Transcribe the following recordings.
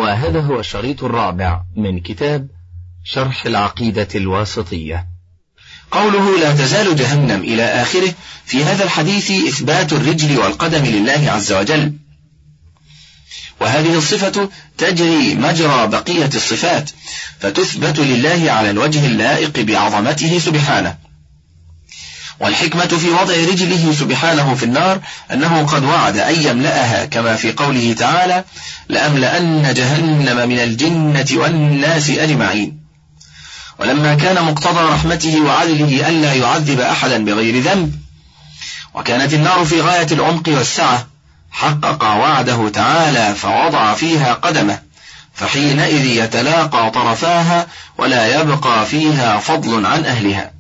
وهذا هو الشريط الرابع من كتاب شرح العقيدة الواسطية. قوله لا تزال جهنم إلى آخره، في هذا الحديث إثبات الرجل والقدم لله عز وجل، وهذه الصفة تجري مجرى بقية الصفات، فتثبت لله على الوجه اللائق بعظمته سبحانه. والحكمة في وضع رجله سبحانه في النار أنه قد وعد أن يملأها، كما في قوله تعالى لأملأن جهنم من الجنة والناس أجمعين. ولما كان مقتضى رحمته وعدله ألا يعذب أحدا بغير ذنب، وكانت النار في غاية العمق والسعة، حقق وعده تعالى فوضع فيها قدمه، فحينئذ يتلاقى طرفاها ولا يبقى فيها فضل عن أهلها.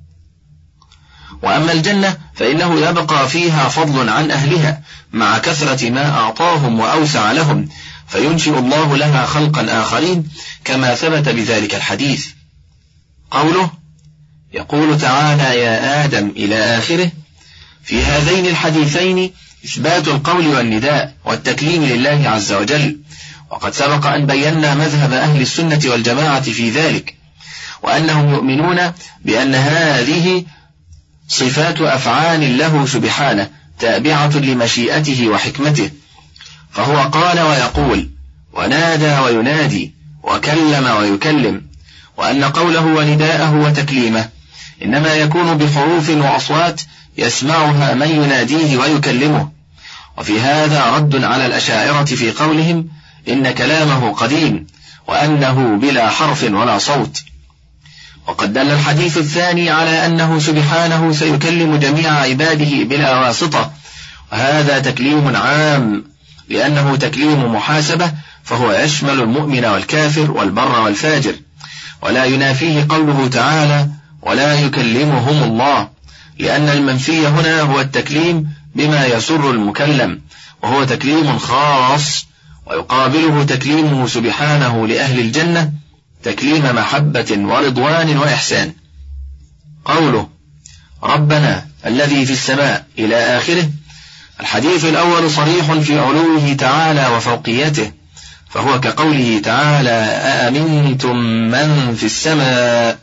وأما الجنة فإنه يبقى فيها فضل عن أهلها مع كثرة ما أعطاهم وأوسع لهم، فينشئ الله لها خلقا آخرين، كما ثبت بذلك الحديث. قوله يقول تعالى يا آدم إلى آخره، في هذين الحديثين إثبات القول والنداء والتكليم لله عز وجل، وقد سبق أن بينا مذهب أهل السنة والجماعة في ذلك، وأنهم يؤمنون بأن هذه صفات أفعال له سبحانه تابعة لمشيئته وحكمته، فهو قال ويقول، ونادى وينادي، وكلم ويكلم، وأن قوله ونداءه وتكليمه إنما يكون بحروف وأصوات يسمعها من يناديه ويكلمه. وفي هذا رد على الأشاعرة في قولهم إن كلامه قديم، وأنه بلا حرف ولا صوت. وقد دل الحديث الثاني على أنه سبحانه سيكلم جميع عباده بلا واسطة، وهذا تكليم عام لأنه تكليم محاسبة، فهو يشمل المؤمن والكافر والبر والفاجر، ولا ينافيه قوله تعالى ولا يكلمهم الله، لأن المنفي هنا هو التكليم بما يسر المكلم، وهو تكليم خاص، ويقابله تكليمه سبحانه لأهل الجنة تكليم محبة ورضوان وإحسان. قوله ربنا الذي في السماء إلى آخره، الحديث الأول صريح في علوه تعالى وفوقيته، فهو كقوله تعالى أأمنتم من في السماء.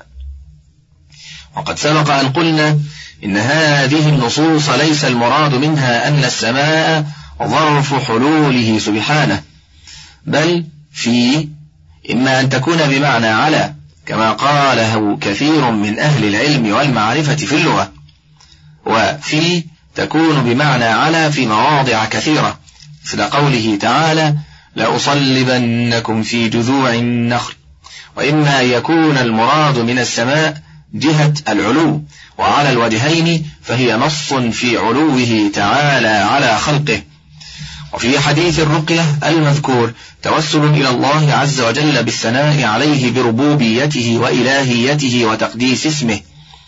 وقد سبق أن قلنا إن هذه النصوص ليس المراد منها أن السماء ظرف حلوله سبحانه، بل في إما أن تكون بمعنى على، كما قاله كثير من أهل العلم والمعرفة في اللغة، وفي تكون بمعنى على في مواضع كثيرة، مثل قوله تعالى لأصلبنكم في جذوع النخل. وإما يكون المراد من السماء جهة العلو، وعلى الوجهين فهي نص في علوه تعالى على خلقه. وفي حديث الرقية المذكور توسل إلى الله عز وجل بالثناء عليه بربوبيته وإلهيته وتقديس اسمه،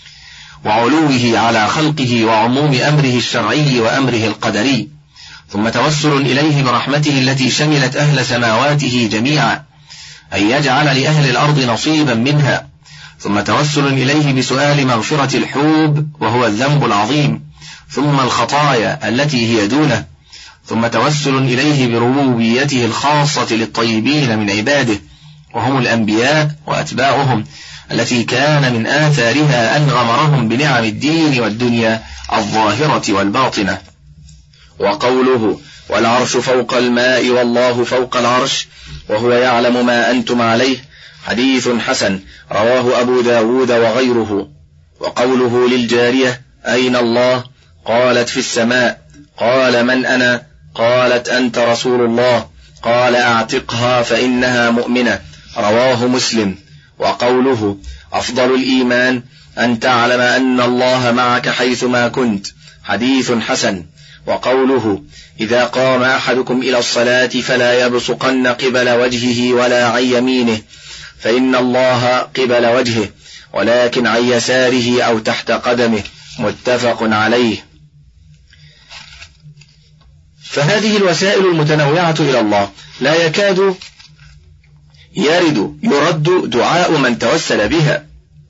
وعلوه على خلقه وعموم أمره الشرعي وأمره القدري، ثم توسل إليه برحمته التي شملت أهل سماواته جميعا، أن يجعل لأهل الأرض نصيبا منها، ثم توسل إليه بسؤال مغفرة الحوب وهو الذنب العظيم، ثم الخطايا التي هي دونه، ثم توسل إليه بربوبيته الخاصة للطيبين من عباده، وهم الأنبياء وأتباعهم، التي كان من آثارها أن غمرهم بنعم الدين والدنيا الظاهرة والباطنة. وقوله والعرش فوق الماء والله فوق العرش وهو يعلم ما أنتم عليه، حديث حسن رواه أبو داود وغيره. وقوله للجارية أين الله؟ قالت في السماء. قال من أنا؟ قالت أنت رسول الله. قال أعتقها فإنها مؤمنة، رواه مسلم. وقوله أفضل الإيمان أن تعلم أن الله معك حيثما كنت، حديث حسن. وقوله إذا قام أحدكم إلى الصلاة فلا يبصقن قبل وجهه ولا عن يمينه، فإن الله قبل وجهه، ولكن عن يساره أو تحت قدمه، متفق عليه. فهذه الوسائل المتنوعة إلى الله لا يكاد يرد دعاء من توسل بها،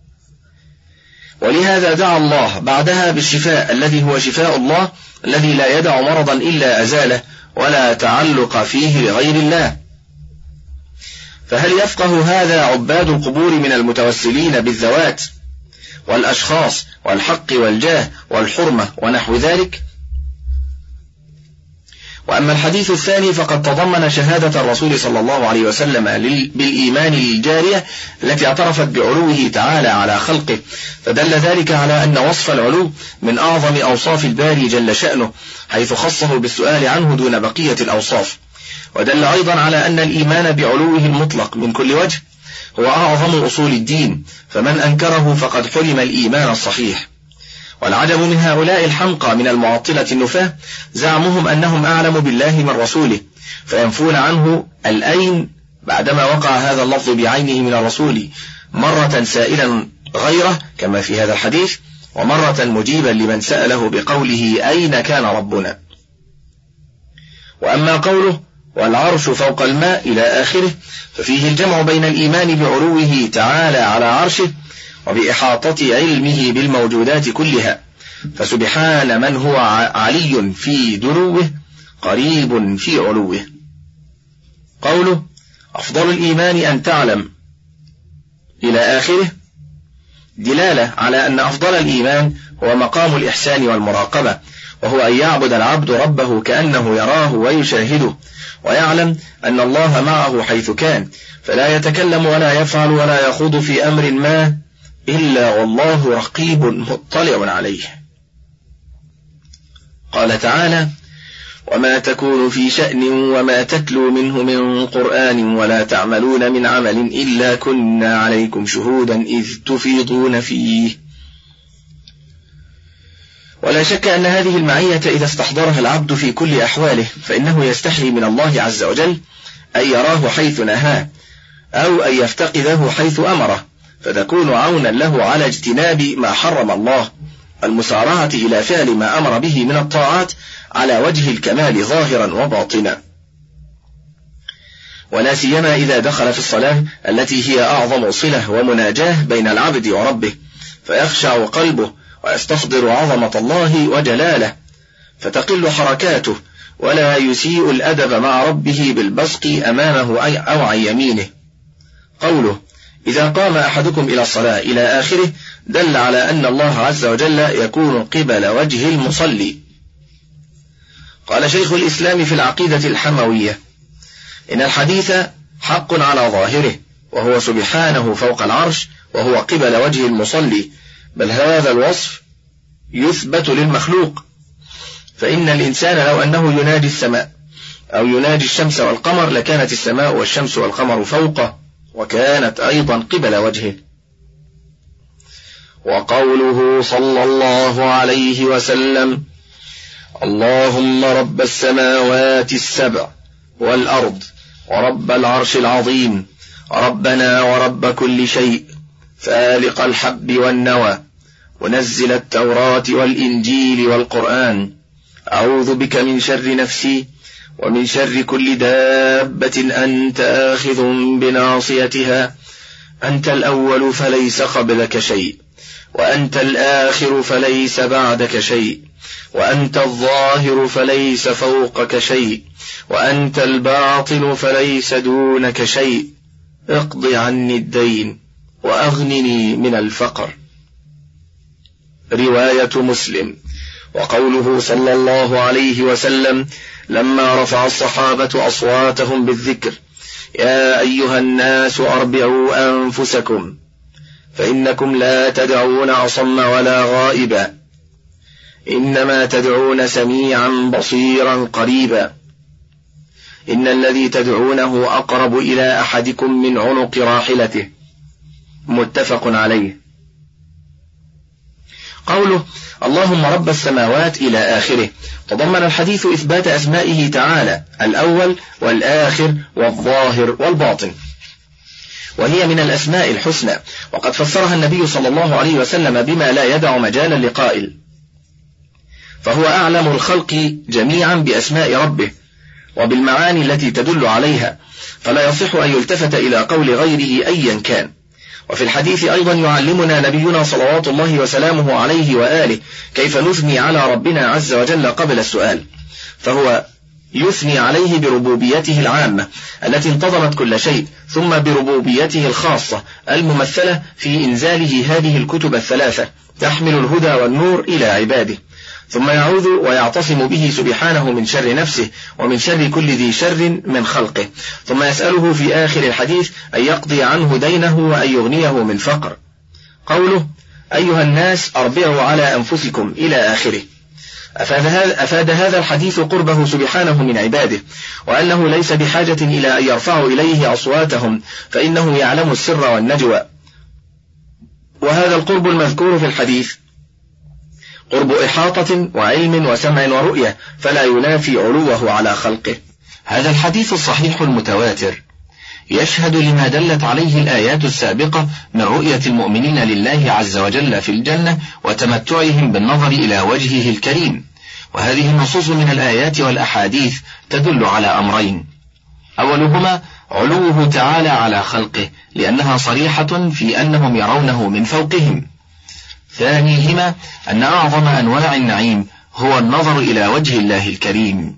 ولهذا دعا الله بعدها بالشفاء الذي هو شفاء الله، الذي لا يدع مرضا إلا أزاله، ولا تعلق فيه لغير الله. فهل يفقه هذا عباد القبور من المتوسلين بالذوات والأشخاص والحق والجاه والحرمة ونحو ذلك؟ وأما الحديث الثاني فقد تضمن شهادة الرسول صلى الله عليه وسلم بالإيمان للجارية التي اعترفت بعلوه تعالى على خلقه، فدل ذلك على أن وصف العلو من أعظم أوصاف الباري جل شأنه، حيث خصه بالسؤال عنه دون بقية الأوصاف. ودل أيضا على أن الإيمان بعلوه المطلق من كل وجه هو أعظم أصول الدين، فمن أنكره فقد حرم الإيمان الصحيح. والعجب من هؤلاء الحمقى من المعطلة النفاة زعمهم أنهم أعلم بالله من رسوله، فينفون عنه الأين بعدما وقع هذا اللفظ بعينه من الرسول، مرة سائلا غيره كما في هذا الحديث، ومرة مجيبا لمن سأله بقوله أين كان ربنا. وأما قوله والعرش فوق الماء إلى آخره ففيه الجمع بين الإيمان بعلوه تعالى على عرشه وبإحاطة علمه بالموجودات كلها، فسبحان من هو علي في دنوه قريب في علوه. قوله أفضل الإيمان أن تعلم إلى آخره دلالة على أن أفضل الإيمان هو مقام الإحسان والمراقبة، وهو أن يعبد العبد ربه كأنه يراه ويشاهده، ويعلم أن الله معه حيث كان، فلا يتكلم ولا يفعل ولا يخوض في أمر ما إلا والله رقيب مطلع عليه. قال تعالى وما تكون في شأن وما تتلو منه من قرآن ولا تعملون من عمل إلا كنا عليكم شهودا إذ تفيضون فيه. ولا شك أن هذه المعية إذا استحضرها العبد في كل أحواله فإنه يستحي من الله عز وجل أن يراه حيث نهاه أو أن يفتقده حيث أمره، فتكون عونا له على اجتناب ما حرم الله، المسارعة إلى فعل ما أمر به من الطاعات على وجه الكمال ظاهرا وباطنا، ولا سيما إذا دخل في الصلاة التي هي أعظم صلة ومناجاة بين العبد وربه، فيخشع قلبه ويستحضر عظمة الله وجلاله، فتقل حركاته ولا يسيء الأدب مع ربه بالبصق أمامه أو عن يمينه. قوله إذا قام أحدكم إلى الصلاة إلى آخره دل على أن الله عز وجل يكون قبل وجه المصلي. قال شيخ الإسلام في العقيدة الحموية إن الحديث حق على ظاهره، وهو سبحانه فوق العرش وهو قبل وجه المصلي، بل هذا الوصف يثبت للمخلوق، فإن الإنسان لو أنه ينادي السماء أو ينادي الشمس والقمر لكانت السماء والشمس والقمر فوقه وكانت أيضا قبل وجهه. وقوله صلى الله عليه وسلم اللهم رب السماوات السبع والأرض ورب العرش العظيم ربنا ورب كل شيء فالق الحب والنوى ونزل التوراة والإنجيل والقرآن، أعوذ بك من شر نفسي ومن شر كل دابة أنت آخذ بناصيتها، أنت الأول فليس قبلك شيء، وأنت الآخر فليس بعدك شيء، وأنت الظاهر فليس فوقك شيء، وأنت الباطن فليس دونك شيء، اقض عني الدين وأغنني من الفقر. رواية مسلم. وقوله صلى الله عليه وسلم لما رفع الصحابة أصواتهم بالذكر يا أيها الناس أربعوا أنفسكم فإنكم لا تدعون أصم ولا غائبا، إنما تدعون سميعا بصيرا قريبا، إن الذي تدعونه أقرب إلى أحدكم من عنق راحلته. متفق عليه. قوله اللهم رب السماوات إلى آخره تضمن الحديث إثبات أسمائه تعالى الأول والآخر والظاهر والباطن، وهي من الأسماء الحسنى، وقد فسرها النبي صلى الله عليه وسلم بما لا يدع مجالا لقائل، فهو أعلم الخلق جميعا بأسماء ربه وبالمعاني التي تدل عليها، فلا يصح أن يلتفت إلى قول غيره أيا كان. وفي الحديث أيضا يعلمنا نبينا صلوات الله وسلامه عليه وآله كيف نثني على ربنا عز وجل قبل السؤال، فهو يثني عليه بربوبيته العامة التي انتظمت كل شيء، ثم بربوبيته الخاصة الممثلة في إنزاله هذه الكتب الثلاثة تحمل الهدى والنور إلى عباده، ثم يعوذ ويعتصم به سبحانه من شر نفسه ومن شر كل ذي شر من خلقه، ثم يسأله في آخر الحديث أن يقضي عنه دينه وأن يغنيه من فقر. قوله أيها الناس أربعوا على أنفسكم إلى آخره، أفاد هذا الحديث قربه سبحانه من عباده، وأنه ليس بحاجة إلى أن يرفعوا إليه أصواتهم، فإنه يعلم السر والنجوى. وهذا القرب المذكور في الحديث قرب إحاطة وعلم وسمع ورؤية، فلا ينافي علوه على خلقه. هذا الحديث الصحيح المتواتر يشهد لما دلت عليه الآيات السابقة من رؤية المؤمنين لله عز وجل في الجنة وتمتعهم بالنظر إلى وجهه الكريم، وهذه النصوص من الآيات والأحاديث تدل على أمرين: أولهما علوه تعالى على خلقه لأنها صريحة في أنهم يرونه من فوقهم، ثانيهما أن أعظم أنواع النعيم هو النظر إلى وجه الله الكريم.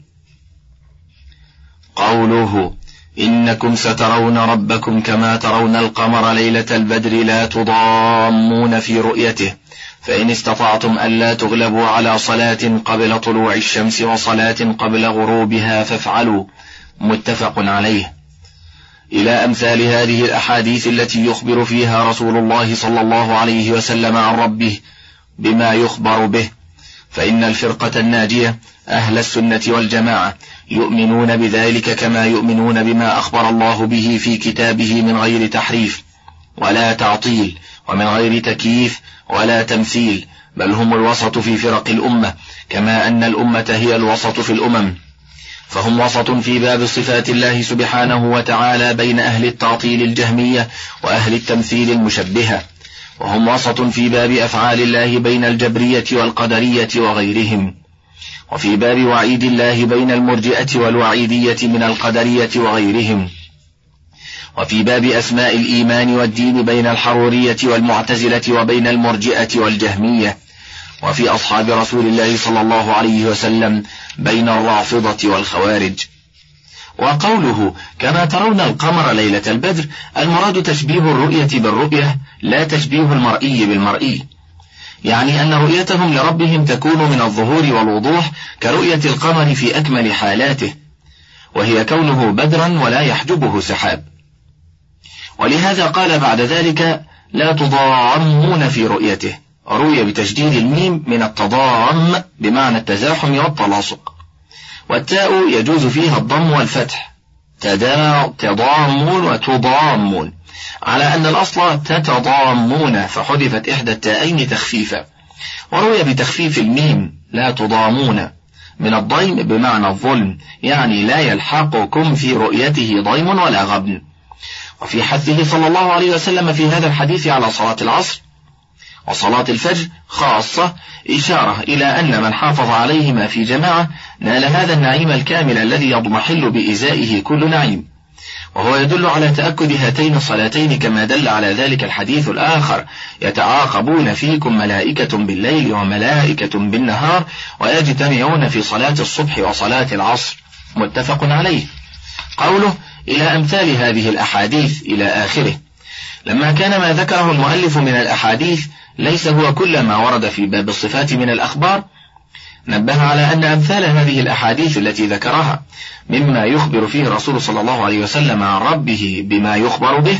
قوله إنكم سترون ربكم كما ترون القمر ليلة البدر لا تضامون في رؤيته، فإن استطعتم ألا تغلبوا على صلاة قبل طلوع الشمس وصلاة قبل غروبها فافعلوا، متفق عليه. إلى أمثال هذه الأحاديث التي يخبر فيها رسول الله صلى الله عليه وسلم عن ربه بما يخبر به، فإن الفرقة الناجية أهل السنة والجماعة يؤمنون بذلك كما يؤمنون بما أخبر الله به في كتابه من غير تحريف ولا تعطيل ومن غير تكييف ولا تمثيل، بل هم الوسط في فرق الأمة، كما أن الأمة هي الوسط في الأمم، فهم وسط في باب صفات الله سبحانه وتعالى بين أهل التعطيل الجهمية وأهل التمثيل المشبهة، وهم وسط في باب أفعال الله بين الجبرية والقدرية وغيرهم، وفي باب وعيد الله بين المرجئة والوعيدية من القدرية وغيرهم، وفي باب أسماء الإيمان والدين بين الحرورية والمعتزلة وبين المرجئة والجهمية، وفي أصحاب رسول الله صلى الله عليه وسلم بين الرافضة والخوارج. وقوله كما ترون القمر ليلة البدر، المراد تشبيه الرؤية بالرؤية لا تشبيه المرئي بالمرئي، يعني أن رؤيتهم لربهم تكون من الظهور والوضوح كرؤية القمر في أكمل حالاته، وهي كونه بدرا ولا يحجبه سحاب. ولهذا قال بعد ذلك لا تضامون في رؤيته، روي بتشديد الميم من التضام بمعنى التزاحم والتلاصق، والتاء يجوز فيها الضم والفتح، تضامون وتضامون، على أن الأصل تتضامون فحذفت إحدى التاءين تخفيفا، وروي بتخفيف الميم لا تضامون من الضيم بمعنى الظلم، يعني لا يلحقكم في رؤيته ضيم ولا غبن. وفي حثه صلى الله عليه وسلم في هذا الحديث على صلاة العصر وصلاة الفجر خاصة إشارة إلى أن من حافظ عليهما في جماعة نال هذا النعيم الكامل الذي يضمحل بإزائه كل نعيم، وهو يدل على تأكد هاتين الصلاتين كما دل على ذلك الحديث الآخر: يتعاقبون فيكم ملائكة بالليل وملائكة بالنهار ويجتمعون في صلاة الصبح وصلاة العصر، متفق عليه. قوله إلى أمثال هذه الأحاديث إلى آخره، لما كان ما ذكره المؤلف من الأحاديث ليس هو كل ما ورد في باب الصفات من الأخبار، نبه على أن أمثال هذه الأحاديث التي ذكرها مما يخبر فيه الرسول صلى الله عليه وسلم عن ربه بما يخبر به،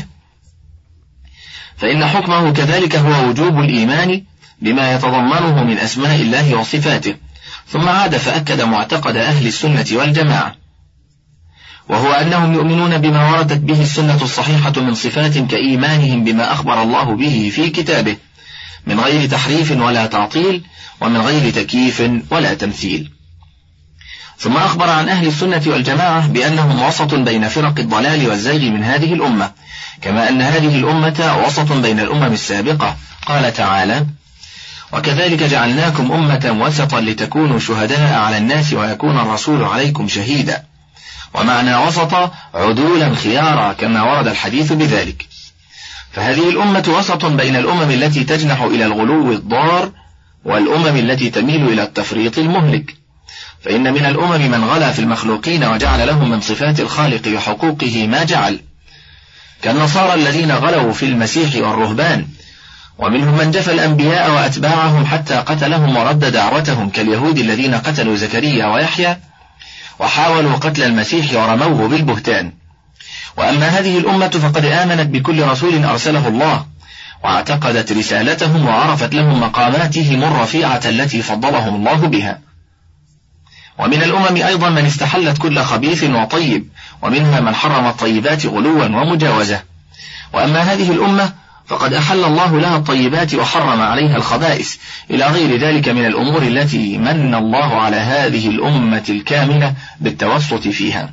فإن حكمه كذلك هو وجوب الإيمان بما يتضمنه من أسماء الله وصفاته. ثم عاد فأكد معتقد أهل السنة والجماعة، وهو أنهم يؤمنون بما وردت به السنة الصحيحة من صفات كإيمانهم بما أخبر الله به في كتابه من غير تحريف ولا تعطيل ومن غير تكييف ولا تمثيل. ثم أخبر عن أهل السنة والجماعة بأنهم وسط بين فرق الضلال والزيغ من هذه الأمة، كما أن هذه الأمة وسط بين الأمم السابقة. قال تعالى: وكذلك جعلناكم أمة وسطا لتكونوا شهداء على الناس ويكون الرسول عليكم شهيدا. ومعنى وسط عدولا خيارا كما ورد الحديث بذلك. فهذه الأمة وسط بين الأمم التي تجنح إلى الغلو الضار والأمم التي تميل إلى التفريط المهلك، فإن من الأمم من غلا في المخلوقين وجعل لهم من صفات الخالق وحقوقه ما جعل، كالنصارى الذين غلوا في المسيح والرهبان، ومنهم من جفى الأنبياء وأتباعهم حتى قتلهم ورد دعوتهم، كاليهود الذين قتلوا زكريا ويحيى وحاولوا قتل المسيح ورموه بالبهتان. وأما هذه الأمة فقد آمنت بكل رسول أرسله الله، واعتقدت رسالتهم وعرفت لهم مقاماتهم الرفيعة التي فضلهم الله بها. ومن الأمم أيضا من استحلت كل خبيث وطيب، ومنها من حرم الطيبات غلوا ومجاوزة. وأما هذه الأمة فقد أحل الله لها الطيبات وحرم عليها الخبائث، إلى غير ذلك من الأمور التي من الله على هذه الأمة الكاملة بالتوسط فيها.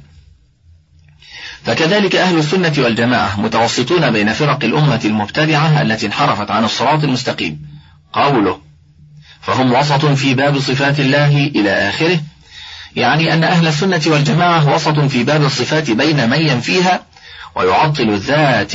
فكذلك أهل السنة والجماعة متوسطون بين فرق الأمة المبتدعة التي انحرفت عن الصراط المستقيم. قوله فهم وسط في باب صفات الله إلى آخره، يعني أن أهل السنة والجماعة وسط في باب الصفات بين من ينفيها ويعطل الذات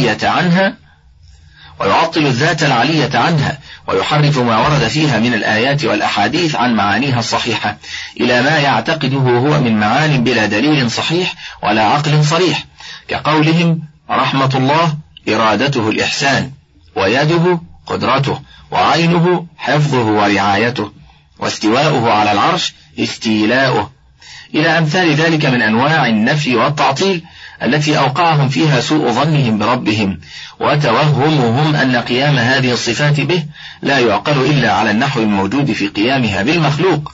العلية عنها ويحرف ما ورد فيها من الآيات والأحاديث عن معانيها الصحيحة إلى ما يعتقده هو من معان بلا دليل صحيح ولا عقل صريح، كقولهم رحمة الله إرادته الإحسان، ويده قدرته، وعينه حفظه ورعايته، واستواؤه على العرش استيلاؤه، إلى أمثال ذلك من أنواع النفي والتعطيل التي أوقعهم فيها سوء ظنهم بربهم وتوهمهم أن قيام هذه الصفات به لا يعقل إلا على النحو الموجود في قيامها بالمخلوق.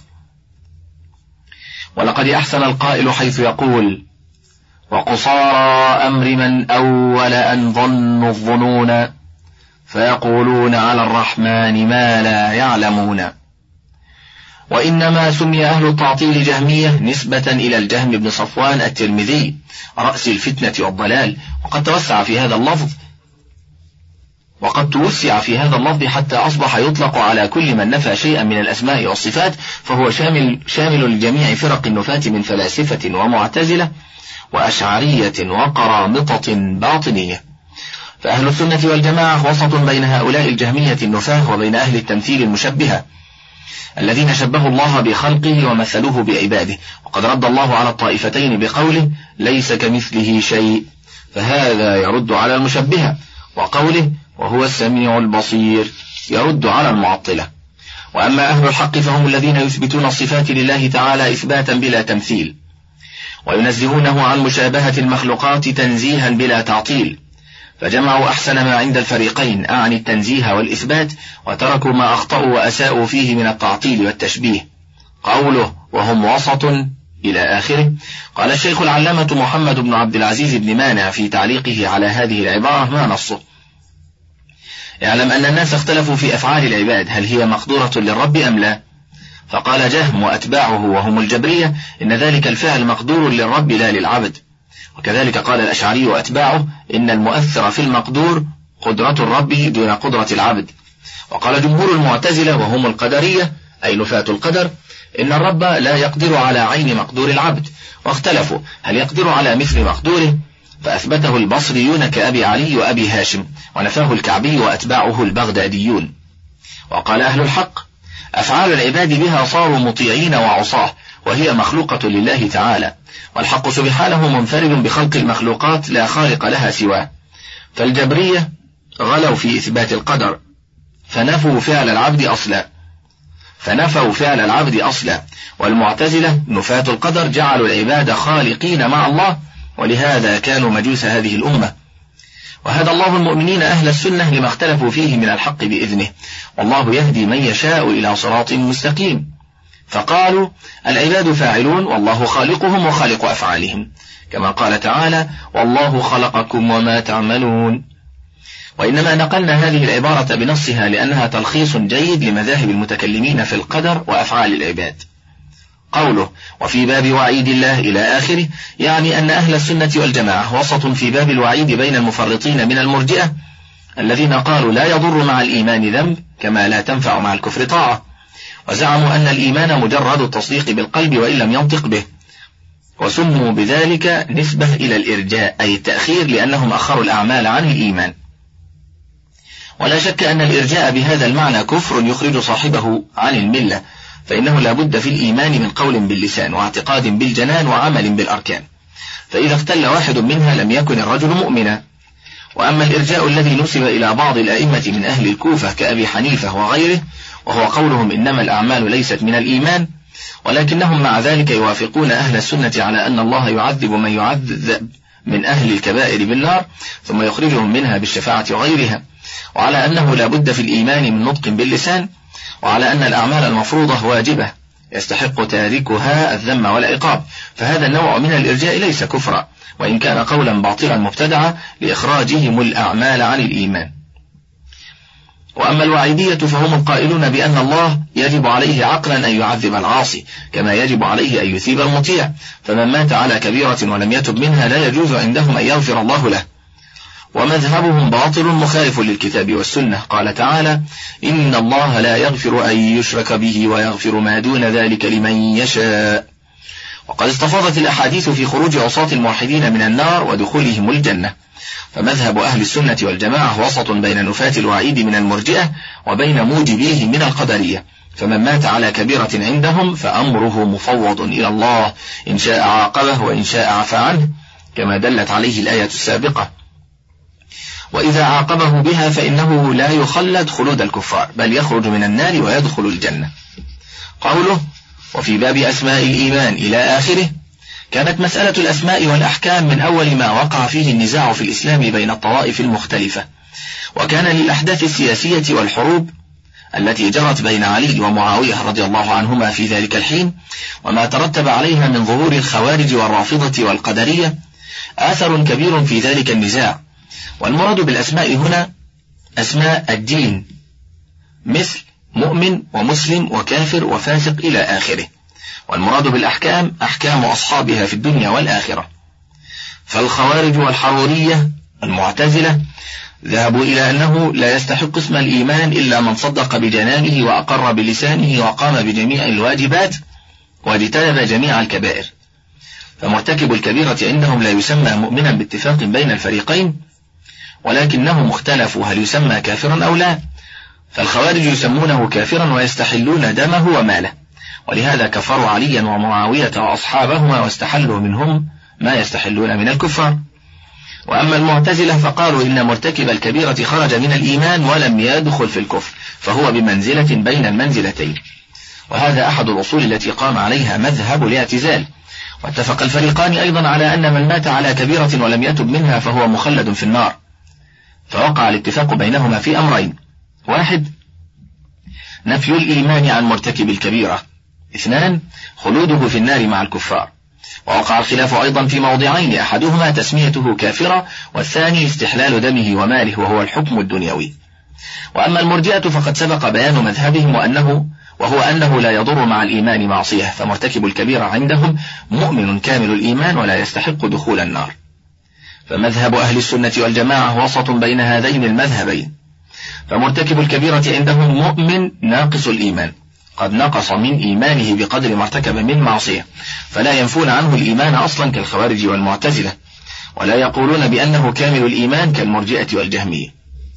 ولقد أحسن القائل حيث يقول وقصارى أمر من أول أن ظنوا الظنون فيقولون على الرحمن ما لا يعلمون. وإنما سمي أهل التعطيل جهمية نسبة إلى الجهم بن صفوان الترمذي رأس الفتنة والضلال، وقد توسع في هذا اللفظ حتى أصبح يطلق على كل من نفى شيئا من الأسماء والصفات، فهو شامل لجميع فرق النفاة من فلاسفة ومعتزلة وأشعرية وقرامطة باطنية. فأهل السنة والجماعة وسط بين هؤلاء الجهمية النفاة وبين أهل التمثيل المشبهة الذين شبهوا الله بخلقه ومثلوه بعباده. وقد رد الله على الطائفتين بقوله ليس كمثله شيء، فهذا يرد على المشبهة، وقوله وهو السميع البصير يرد على المعطلة. وأما أهل الحق فهم الذين يثبتون الصفات لله تعالى إثباتا بلا تمثيل، وينزهونه عن مشابهة المخلوقات تنزيها بلا تعطيل، فجمعوا أحسن ما عند الفريقين أعني التنزيه والإثبات، وتركوا ما أخطأوا وأساءوا فيه من التعطيل والتشبيه. قوله وهم وسط إلى آخره. قال الشيخ العلامة محمد بن عبد العزيز بن مانع في تعليقه على هذه العبارة ما نصه: اعلم أن الناس اختلفوا في أفعال العباد هل هي مقدورة للرب أم لا، فقال جهم وأتباعه وهم الجبرية إن ذلك الفعل مقدور للرب لا للعبد. وكذلك قال الأشعري وأتباعه إن المؤثر في المقدور قدرة الرب دون قدرة العبد. وقال جمهور المعتزلة وهم القدرية أي نفاة القدر إن الرب لا يقدر على عين مقدور العبد، واختلفوا هل يقدر على مثل مقدوره، فأثبته البصريون كأبي علي وأبي هاشم، ونفاه الكعبي وأتباعه البغداديون. وقال أهل الحق أفعال العباد بها صاروا مطيعين وعصاه، وهي مخلوقة لله تعالى، والحق سبحانه منفرد بخلق المخلوقات لا خالق لها سواه. فالجبرية غلوا في إثبات القدر فنفوا فعل العبد أصلا، والمعتزلة نفاة القدر جعلوا العباد خالقين مع الله، ولهذا كانوا مجوس هذه الأمة. وهدى الله المؤمنين أهل السنة لما اختلفوا فيه من الحق بإذنه، والله يهدي من يشاء إلى صراط مستقيم. فقالوا العباد فاعلون والله خالقهم وخالق أفعالهم، كما قال تعالى والله خلقكم وما تعملون. وإنما نقلنا هذه العبارة بنصها لأنها تلخيص جيد لمذاهب المتكلمين في القدر وأفعال العباد. قوله وفي باب وعيد الله إلى آخره يعني أن أهل السنة والجماعة وسط في باب الوعيد بين المفرطين من المرجئة الذين قالوا لا يضر مع الإيمان ذنب كما لا تنفع مع الكفر طاعة، وزعموا أن الإيمان مجرد التصديق بالقلب وإن لم ينطق به، وسموا بذلك نسبة إلى الإرجاء أي التأخير لأنهم أخروا الأعمال عن الإيمان. ولا شك أن الإرجاء بهذا المعنى كفر يخرج صاحبه عن الملة، فإنه لا بد في الإيمان من قول باللسان واعتقاد بالجنان وعمل بالأركان، فإذا اختل واحد منها لم يكن الرجل مؤمنا. وأما الإرجاء الذي نسب إلى بعض الأئمة من أهل الكوفة كأبي حنيفة وغيره، وهو قولهم إنما الأعمال ليست من الإيمان، ولكنهم مع ذلك يوافقون أهل السنة على أن الله يعذب من يعذب من أهل الكبائر بالنار ثم يخرجهم منها بالشفاعة وغيرها، وعلى أنه لا بد في الإيمان من نطق باللسان، وعلى أن الأعمال المفروضة واجبة يستحق تاركها الذم والعقاب. فهذا النوع من الإرجاء ليس كفرا، وإن كان قولا باطلا مبتدعا لإخراجهم الأعمال عن الإيمان. وأما الوعيدية فهم القائلون بأن الله يجب عليه عقلا أن يعذب العاصي كما يجب عليه أن يثيب المطيع، فمن مات على كبيرة ولم يتب منها لا يجوز عندهم أن يغفر الله له. ومذهبهم باطل مخالف للكتاب والسنة، قال تعالى: إن الله لا يغفر أن يشرك به ويغفر ما دون ذلك لمن يشاء. وقد استفاضت الأحاديث في خروج عصاة الموحدين من النار ودخولهم الجنة، فمذهب أهل السنة والجماعة وسط بين نفاة الوعيد من المرجئة وبين موجبيه من القدرية، فمن مات على كبيرة عندهم فأمره مفوض إلى الله، إن شاء عاقبه وإن شاء عفى عنه، كما دلت عليه الآية السابقة. وإذا عاقبه بها فإنه لا يخلد خلود الكفار، بل يخرج من النار ويدخل الجنة. قوله: وفي باب أسماء الإيمان إلى آخره. كانت مسألة الأسماء والأحكام من أول ما وقع فيه النزاع في الإسلام بين الطوائف المختلفة، وكان للأحداث السياسية والحروب التي جرت بين علي ومعاوية رضي الله عنهما في ذلك الحين وما ترتب عليها من ظهور الخوارج والرافضة والقدرية آثر كبير في ذلك النزاع. والمراد بالأسماء هنا أسماء الدين، مثل مؤمن ومسلم وكافر وفاسق إلى آخره. والمراد بالأحكام أحكام أصحابها في الدنيا والآخرة. فالخوارج والحرورية المعتزلة ذهبوا إلى أنه لا يستحق اسم الإيمان إلا من صدق بجنانه وأقر بلسانه وقام بجميع الواجبات واجتنب جميع الكبائر، فمرتكب الكبيرة عندهم لا يسمى مؤمنا باتفاق بين الفريقين، ولكنهم اختلفوا هل يسمى كافرا أو لا. فالخوارج يسمونه كافرا ويستحلون دمه وماله، ولهذا كفروا عليا ومعاوية وأصحابهما واستحلوا منهم ما يستحلون من الكفار. وأما المعتزلة فقالوا إن مرتكب الكبيرة خرج من الإيمان ولم يدخل في الكفر، فهو بمنزلة بين المنزلتين، وهذا أحد الأصول التي قام عليها مذهب الاعتزال. واتفق الفريقان أيضا على أن من مات على كبيرة ولم يتب منها فهو مخلد في النار، فوقع الاتفاق بينهما في أمرين: 1 نفي الإيمان عن مرتكب الكبيرة، 2 خلوده في النار مع الكفار. ووقع الخلاف أيضا في موضعين: أحدهما تسميته كافرا، والثاني استحلال دمه وماله وهو الحكم الدنيوي. وأما المرجئة فقد سبق بيان مذهبهم وهو أنه لا يضر مع الإيمان معصية، فمرتكب الكبيرة عندهم مؤمن كامل الإيمان ولا يستحق دخول النار. فمذهب أهل السنة والجماعة وسط بين هذين المذهبين، فمرتكب الكبيرة عندهم مؤمن ناقص الإيمان، قد نقص من إيمانه بقدر ما ارتكب من معصية، فلا ينفون عنه الإيمان أصلا كالخوارج والمعتزلة، ولا يقولون بأنه كامل الإيمان كالمرجئة والجهمية.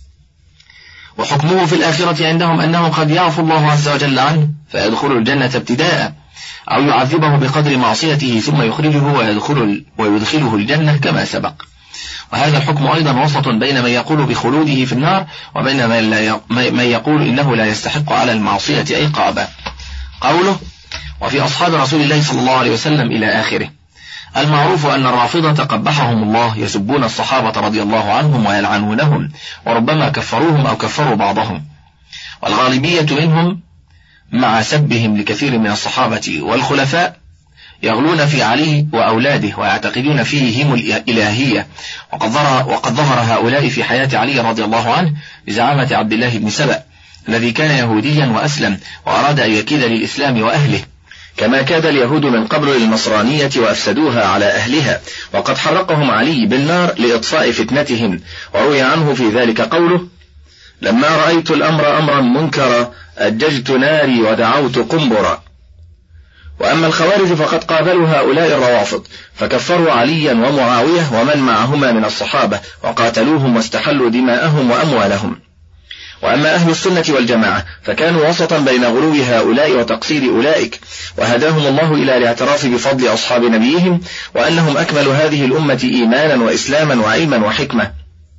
وحكمه في الآخرة عندهم أنه قد يعفو الله عز وجل عنه فيدخل الجنة ابتداء، أو يعذبه بقدر معصيته ثم يخرجه ويدخله الجنة كما سبق. وهذا الحكم أيضا وسط بين من يقول بخلوده في النار وبين من يقول إنه لا يستحق على المعصية عقابا. قوله: وفي أصحاب رسول الله صلى الله عليه وسلم إلى آخره. المعروف أن الرافضة قبحهم الله يسبون الصحابة رضي الله عنهم ويلعنونهم، وربما كفروهم أو كفروا بعضهم. والغالبية منهم مع سبهم لكثير من الصحابة والخلفاء يغلون في علي وأولاده ويعتقدون فيهم الإلهية، وقد ظهر هؤلاء في حياة علي رضي الله عنه بزعامة عبد الله بن سبأ الذي كان يهوديا وأسلم وأراد أن يكيد للإسلام وأهله، كما كاد اليهود من قبل للنصرانية وأفسدوها على أهلها، وقد حرقهم علي بالنار لإطفاء فتنتهم. وروي عنه في ذلك قوله: لما رأيت الأمر أمرا منكرا أججت ناري ودعوت قنبرا. وأما الخوارج فقد قابلوا هؤلاء الروافض فكفروا عليا ومعاوية ومن معهما من الصحابة وقاتلوهم واستحلوا دماءهم وأموالهم. وأما أهل السنة والجماعة فكانوا وسطا بين غلو هؤلاء وتقصير أولئك، وهداهم الله إلى الاعتراف بفضل أصحاب نبيهم وأنهم أكمل هذه الأمة إيمانا وإسلاما وعلما وحكمة،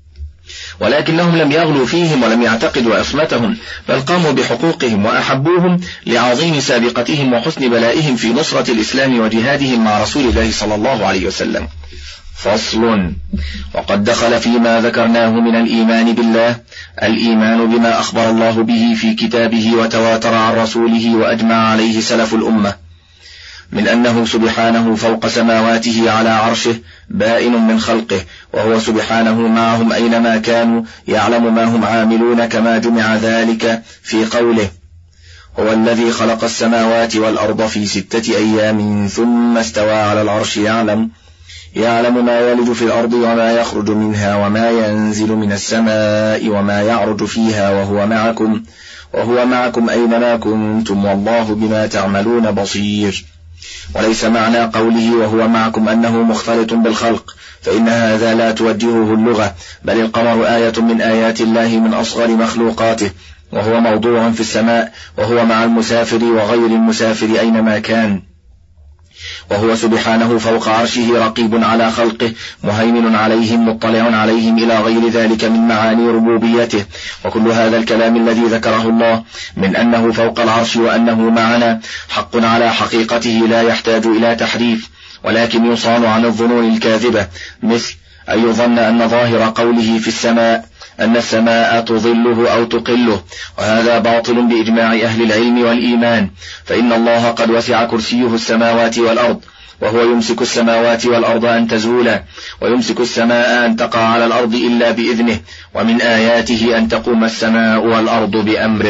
ولكنهم لم يغلوا فيهم ولم يعتقدوا عصمتهم، بل قاموا بحقوقهم وأحبوهم لعظيم سابقتهم وحسن بلائهم في نصرة الإسلام وجهادهم مع رسول الله صلى الله عليه وسلم. فصل. وقد دخل فيما ذكرناه من الإيمان بالله الإيمان بما أخبر الله به في كتابه وتواتر عن رسوله وأجمع عليه سلف الأمة من أنه سبحانه فوق سماواته على عرشه بائن من خلقه، وهو سبحانه معهم أينما كانوا يعلم ما هم عاملون، كما جمع ذلك في قوله: هو الذي خلق السماوات والأرض في 6 أيام ثم استوى على العرش يعلم ما يلج في الأرض وما يخرج منها وما ينزل من السماء وما يعرج فيها وهو معكم أينما كنتم والله بما تعملون بصير. وليس معنى قوله وهو معكم أنه مختلط بالخلق، فإن هذا لا توجهه اللغة، بل القمر آية من آيات الله من أصغر مخلوقاته، وهو موضوع في السماء، وهو مع المسافر وغير المسافر أينما كان، وهو سبحانه فوق عرشه رقيب على خلقه مهيمن عليهم مطلع عليهم إلى غير ذلك من معاني ربوبيته. وكل هذا الكلام الذي ذكره الله من أنه فوق العرش وأنه معنا حق على حقيقته لا يحتاج إلى تحريف، ولكن يصان عن الظنون الكاذبة، مثل أن يظن أن ظاهر قوله في السماء أن السماء تظله أو تقله، وهذا باطل بإجماع أهل العلم والإيمان، فإن الله قد وسع كرسيه السماوات والأرض، وهو يمسك السماوات والأرض أن تزولا، ويمسك السماء أن تقع على الأرض إلا بإذنه، ومن آياته أن تقوم السماء والأرض بأمره.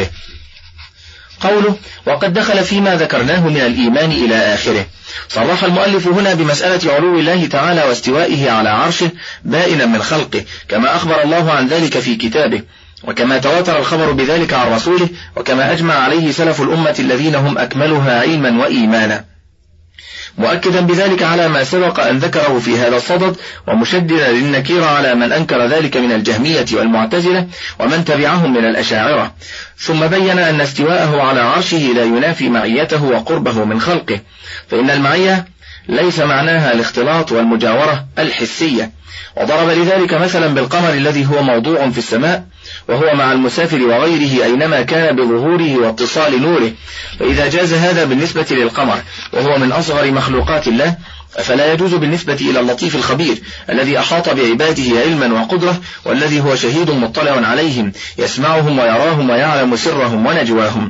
قوله وقد دخل فيما ذكرناه من الإيمان إلى آخره. صرح المؤلف هنا بمسألة علو الله تعالى واستوائه على عرشه بائنا من خلقه، كما أخبر الله عن ذلك في كتابه، وكما تواتر الخبر بذلك عن رسوله، وكما أجمع عليه سلف الأمة الذين هم أكملها علما وإيمانا، مؤكدا بذلك على ما سبق أن ذكره في هذا الصدد، ومشددا للنكير على من أنكر ذلك من الجهمية والمعتزلة ومن تبعهم من الأشاعرة. ثم بين أن استواءه على عرشه لا ينافي معيته وقربه من خلقه، فإن المعية ليس معناها الاختلاط والمجاورة الحسية، وضرب لذلك مثلا بالقمر الذي هو موضوع في السماء، وهو مع المسافر وغيره أينما كان بظهوره واتصال نوره. فإذا جاز هذا بالنسبة للقمر وهو من أصغر مخلوقات الله، فلا يجوز بالنسبة إلى اللطيف الخبير الذي أحاط بعباده علما وقدرة، والذي هو شهيد مطلع عليهم يسمعهم ويراهم ويعلم سرهم ونجواهم.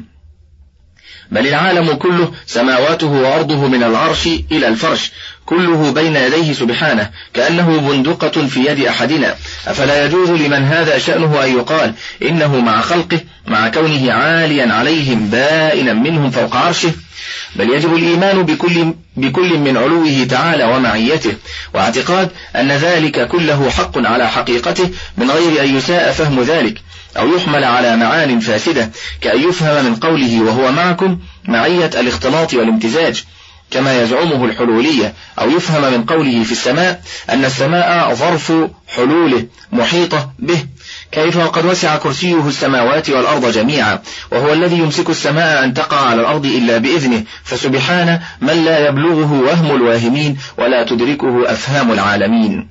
بل العالم كله سماواته وأرضه من العرش إلى الفرش كله بين يديه سبحانه، كأنه بندقة في يد أحدنا. أفلا يجوز لمن هذا شأنه أن يقال إنه مع خلقه مع كونه عاليا عليهم بائنا منهم فوق عرشه؟ بل يجب الإيمان بكل من علوه تعالى ومعيته، واعتقاد أن ذلك كله حق على حقيقته، من غير أن يساء فهم ذلك أو يحمل على معان فاسدة، كأن يفهم من قوله وهو معكم معية الاختلاط والامتزاج كما يزعمه الحلولية، أو يفهم من قوله في السماء أن السماء ظرف حلوله محيطة به، كيف وقد وسع كرسيه السماوات والأرض جميعا، وهو الذي يمسك السماء أن تقع على الأرض إلا بإذنه، فسبحانه من لا يبلغه وهم الواهمين ولا تدركه أفهام العالمين.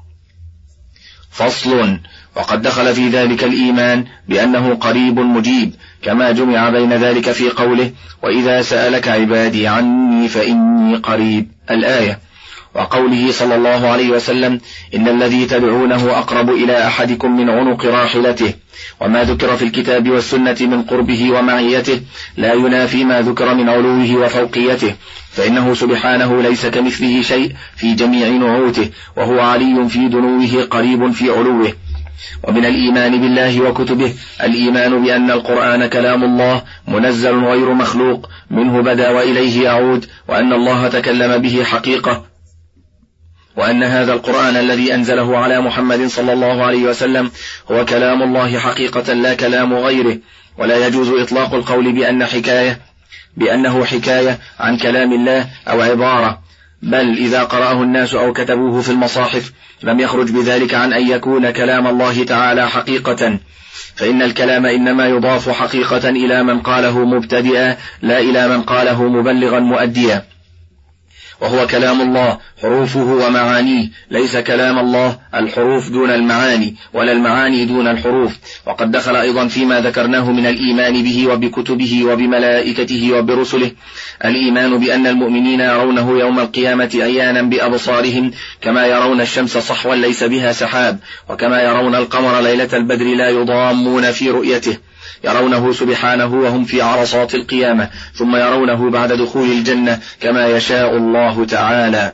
فصل. وقد دخل في ذلك الإيمان بأنه قريب مجيب، كما جمع بين ذلك في قوله وإذا سألك عبادي عني فإني قريب الآية، وقوله صلى الله عليه وسلم إن الذي تدعونه أقرب إلى أحدكم من عنق راحلته. وما ذكر في الكتاب والسنة من قربه ومعيته لا ينافي ما ذكر من علوه وفوقيته، فإنه سبحانه ليس كمثله شيء في جميع نعوته، وهو علي في دنوه قريب في علوه. ومن الإيمان بالله وكتبه الإيمان بأن القرآن كلام الله منزل غير مخلوق، منه بدأ وإليه يعود، وأن الله تكلم به حقيقة، وأن هذا القرآن الذي أنزله على محمد صلى الله عليه وسلم هو كلام الله حقيقة لا كلام غيره. ولا يجوز إطلاق القول بأنه حكاية عن كلام الله أو عبارة، بل إذا قرأه الناس أو كتبوه في المصاحف لم يخرج بذلك عن أن يكون كلام الله تعالى حقيقة، فإن الكلام إنما يضاف حقيقة إلى من قاله مبتدئا لا إلى من قاله مبلغا مؤديا، وهو كلام الله حروفه ومعانيه، ليس كلام الله الحروف دون المعاني ولا المعاني دون الحروف. وقد دخل أيضا فيما ذكرناه من الإيمان به وبكتبه وبملائكته وبرسله الإيمان بأن المؤمنين يرونه يوم القيامة عيانا بأبصارهم كما يرون الشمس صحوا ليس بها سحاب، وكما يرون القمر ليلة البدر لا يضامون في رؤيته، يرونه سبحانه وهم في عرصات القيامة، ثم يرونه بعد دخول الجنة كما يشاء الله تعالى.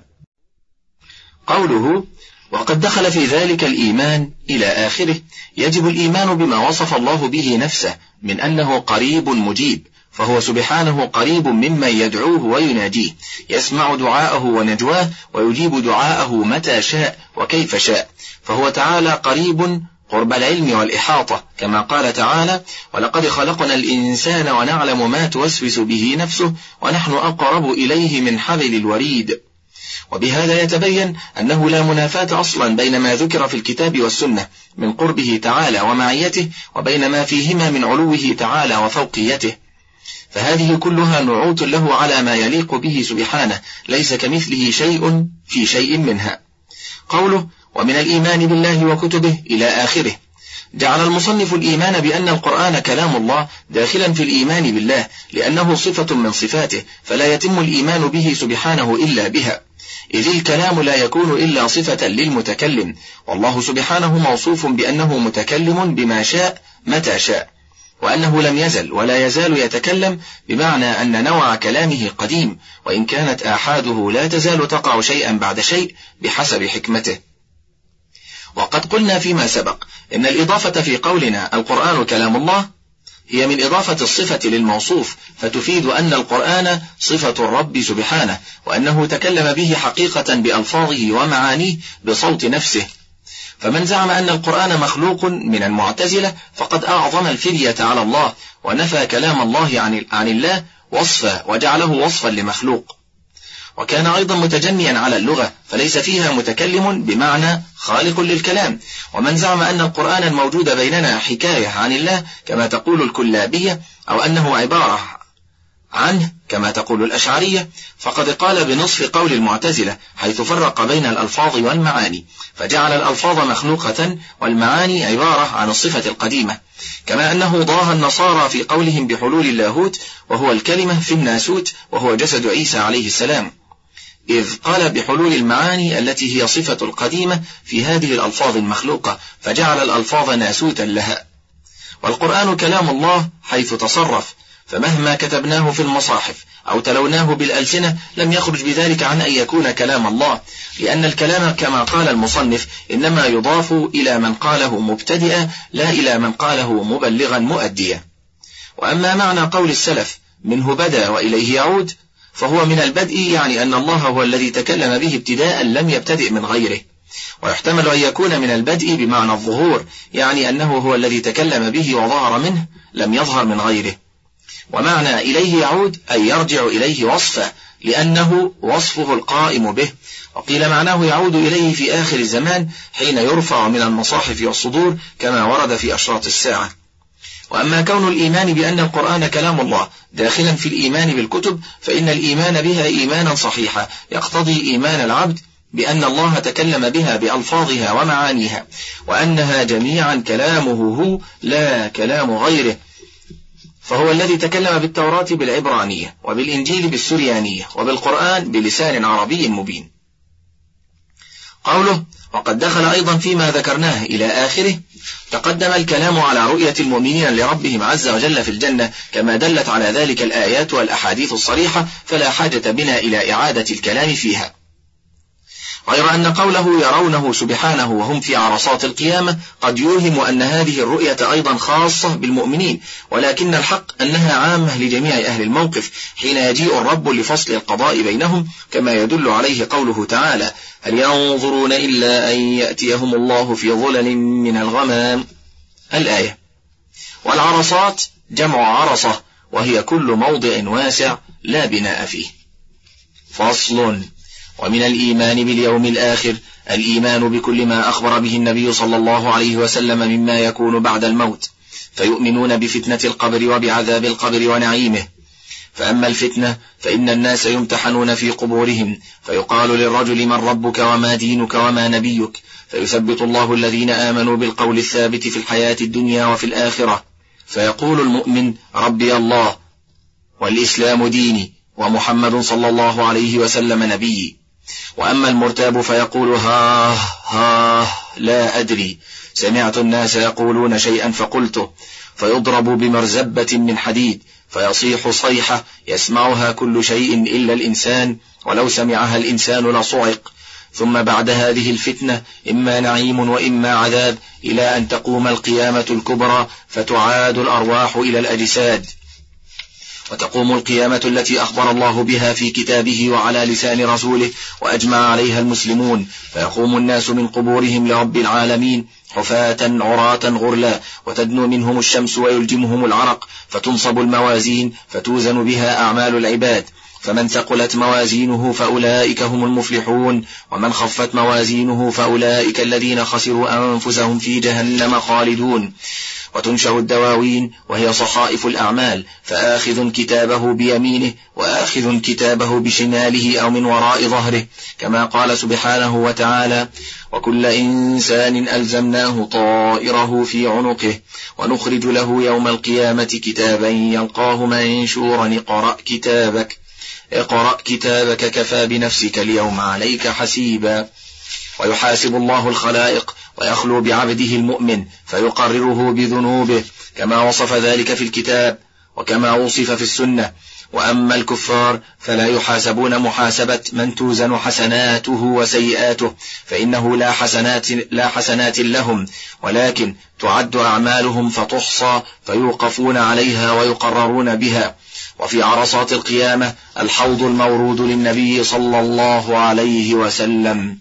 قوله وقد دخل في ذلك الإيمان إلى آخره، يجب الإيمان بما وصف الله به نفسه من أنه قريب مجيب، فهو سبحانه قريب ممن يدعوه ويناجيه، يسمع دعاءه ونجواه ويجيب دعاءه متى شاء وكيف شاء، فهو تعالى قريب قرب العلم والإحاطة، كما قال تعالى ولقد خلقنا الإنسان ونعلم ما توسوس به نفسه ونحن أقرب إليه من حبل الوريد. وبهذا يتبين أنه لا منافاة أصلا بين ما ذكر في الكتاب والسنة من قربه تعالى ومعيته وبين ما فيهما من علوه تعالى وفوقيته، فهذه كلها نعوت له على ما يليق به سبحانه، ليس كمثله شيء في شيء منها. قوله ومن الإيمان بالله وكتبه إلى آخره، جعل المصنف الإيمان بأن القرآن كلام الله داخلا في الإيمان بالله، لأنه صفة من صفاته، فلا يتم الإيمان به سبحانه إلا بها، إذ الكلام لا يكون إلا صفة للمتكلم، والله سبحانه موصوف بأنه متكلم بما شاء متى شاء، وأنه لم يزل ولا يزال يتكلم، بمعنى أن نوع كلامه قديم، وإن كانت آحاده لا تزال تقع شيئا بعد شيء بحسب حكمته. وقد قلنا فيما سبق إن الإضافة في قولنا القرآن كلام الله هي من إضافة الصفة للموصوف، فتفيد أن القرآن صفة الرب سبحانه، وأنه تكلم به حقيقة بألفاظه ومعانيه بصوت نفسه. فمن زعم أن القرآن مخلوق من المعتزلة فقد أعظم الفرية على الله، ونفى كلام الله عن الله وصفا وجعله وصفا لمخلوق، وكان أيضا متجنيا على اللغة، فليس فيها متكلم بمعنى خالق للكلام. ومن زعم أن القرآن الموجود بيننا حكاية عن الله كما تقول الكلابية، أو أنه عبارة عنه كما تقول الأشعرية، فقد قال بنصف قول المعتزلة، حيث فرق بين الألفاظ والمعاني، فجعل الألفاظ مخلوقة والمعاني عبارة عن الصفة القديمة، كما أنه ضاها النصارى في قولهم بحلول اللاهوت، وهو الكلمة في الناسوت، وهو جسد عيسى عليه السلام، إذ قال بحلول المعاني التي هي صفة القديمة في هذه الألفاظ المخلوقة، فجعل الألفاظ ناسوتا لها. والقرآن كلام الله حيث تصرف، فمهما كتبناه في المصاحف أو تلوناه بالألسنة لم يخرج بذلك عن أن يكون كلام الله، لأن الكلام كما قال المصنف إنما يضاف إلى من قاله مبتدئا لا إلى من قاله مبلغا مؤديا. وأما معنى قول السلف منه بدأ وإليه يعود، فهو من البدء، يعني أن الله هو الذي تكلم به ابتداء لم يبتدئ من غيره، ويحتمل أن يكون من البدء بمعنى الظهور، يعني أنه هو الذي تكلم به وظهر منه لم يظهر من غيره. ومعنى إليه يعود أي يرجع إليه وصفا، لأنه وصفه القائم به. وقيل معناه يعود إليه في آخر الزمان حين يرفع من المصاحف والصدور كما ورد في أشراط الساعة. وأما كون الإيمان بأن القرآن كلام الله داخلا في الإيمان بالكتب، فإن الإيمان بها إيمانا صحيحا يقتضي إيمان العبد بأن الله تكلم بها بألفاظها ومعانيها، وأنها جميعا كلامه هو لا كلام غيره، فهو الذي تكلم بالتوراة بالعبرانية، وبالإنجيل بالسريانية، وبالقرآن بلسان عربي مبين. قوله وقد دخل أيضا فيما ذكرناه إلى آخره، تقدم الكلام على رؤية المؤمنين لربهم عز وجل في الجنة كما دلت على ذلك الآيات والأحاديث الصريحة، فلا حاجة بنا إلى إعادة الكلام فيها، غير أن قوله يرونه سبحانه وهم في عرصات القيامة قد يوهم أن هذه الرؤية أيضا خاصة بالمؤمنين، ولكن الحق أنها عامة لجميع أهل الموقف حين يجيء الرب لفصل القضاء بينهم، كما يدل عليه قوله تعالى هل ينظرون إلا أن يأتيهم الله في ظلل من الغمام، الآية. والعرصات جمع عرصة، وهي كل موضع واسع لا بناء فيه. فصل. ومن الإيمان باليوم الآخر الإيمان بكل ما أخبر به النبي صلى الله عليه وسلم مما يكون بعد الموت، فيؤمنون بفتنة القبر وبعذاب القبر ونعيمه. فأما الفتنة فإن الناس يمتحنون في قبورهم، فيقال للرجل من ربك وما دينك وما نبيك، فيثبت الله الذين آمنوا بالقول الثابت في الحياة الدنيا وفي الآخرة، فيقول المؤمن ربي الله والإسلام ديني ومحمد صلى الله عليه وسلم نبيي. وأما المرتاب فيقول لا أدري، سمعت الناس يقولون شيئا فقلته، فيضرب بمرزبة من حديد فيصيح صيحة يسمعها كل شيء إلا الإنسان، ولو سمعها الإنسان لصعق. ثم بعد هذه الفتنة إما نعيم وإما عذاب، إلى أن تقوم القيامة الكبرى فتعاد الأرواح إلى الأجساد، وتقوم القيامة التي أخبر الله بها في كتابه وعلى لسان رسوله وأجمع عليها المسلمون، فيقوم الناس من قبورهم لرب العالمين حفاة عراة غرلا، وتدنو منهم الشمس ويلجمهم العرق، فتنصب الموازين فتوزن بها أعمال العباد، فمن ثقلت موازينه فأولئك هم المفلحون، ومن خفت موازينه فأولئك الذين خسروا أنفسهم في جهنم خالدون. وتنشر الدواوين وهي صحائف الأعمال، فآخذ كتابه بيمينه وآخذ كتابه بشماله أو من وراء ظهره، كما قال سبحانه وتعالى وكل إنسان ألزمناه طائره في عنقه ونخرج له يوم القيامة كتابا يلقاه منشورا اقرأ كتابك كفى بنفسك اليوم عليك حسيبا. ويحاسب الله الخلائق ويخلو بعبده المؤمن فيقرره بذنوبه كما وصف ذلك في الكتاب وكما وصف في السنة. وأما الكفار فلا يحاسبون محاسبة من توزن حسناته وسيئاته، فإنه لا حسنات لهم، ولكن تعد أعمالهم فتحصى فيوقفون عليها ويقررون بها. وفي عرصات القيامة الحوض المورود للنبي صلى الله عليه وسلم.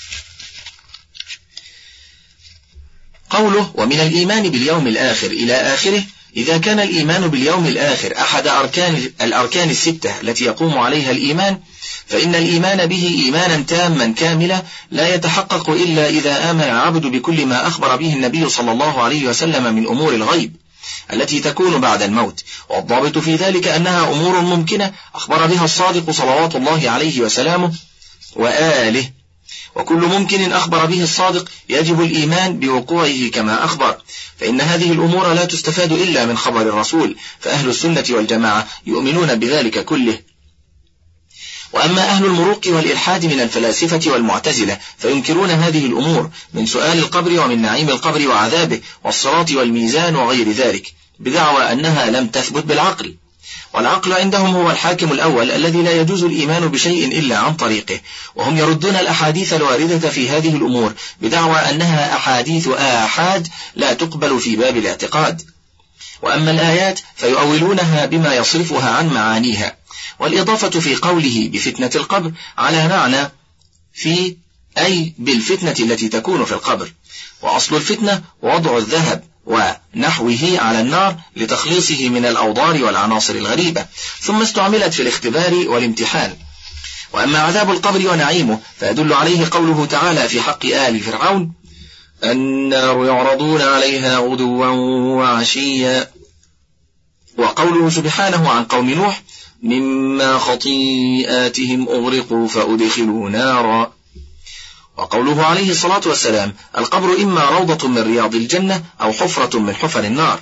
قوله ومن الإيمان باليوم الآخر إلى آخره، إذا كان الإيمان باليوم الآخر أحد الأركان الستة التي يقوم عليها الإيمان، فإن الإيمان به إيمانا تاما كاملا لا يتحقق إلا إذا آمن العبد بكل ما أخبر به النبي صلى الله عليه وسلم من أمور الغيب التي تكون بعد الموت. والضابط في ذلك أنها أمور ممكنة أخبر بها الصادق صلوات الله عليه وسلامه وآله، وكل ممكن أخبر به الصادق يجب الإيمان بوقوعه كما أخبر، فإن هذه الأمور لا تستفاد إلا من خبر الرسول، فأهل السنة والجماعة يؤمنون بذلك كله. وأما أهل المروق والإلحاد من الفلاسفة والمعتزلة فينكرون هذه الأمور من سؤال القبر ومن نعيم القبر وعذابه والصراط والميزان وغير ذلك، بدعوى أنها لم تثبت بالعقل. والعقل عندهم هو الحاكم الأول الذي لا يجوز الإيمان بشيء إلا عن طريقه، وهم يردون الأحاديث الواردة في هذه الأمور بدعوى أنها أحاديث آحاد لا تقبل في باب الاعتقاد. وأما الآيات فيؤولونها بما يصرفها عن معانيها. والإضافة في قوله بفتنة القبر على معنى في أي بالفتنة التي تكون في القبر، وأصل الفتنة وضع الذهب ونحوه على النار لتخليصه من الأوضار والعناصر الغريبة، ثم استعملت في الاختبار والامتحان. وأما عذاب القبر ونعيمه فيدل عليه قوله تعالى في حق آل فرعون النار يعرضون عليها غدوا وعشيا، وقوله سبحانه عن قوم نوح مما خطيئاتهم أغرقوا فأدخلوا نارا، وقوله عليه الصلاة والسلام القبر إما روضة من رياض الجنة أو حفرة من حفر النار.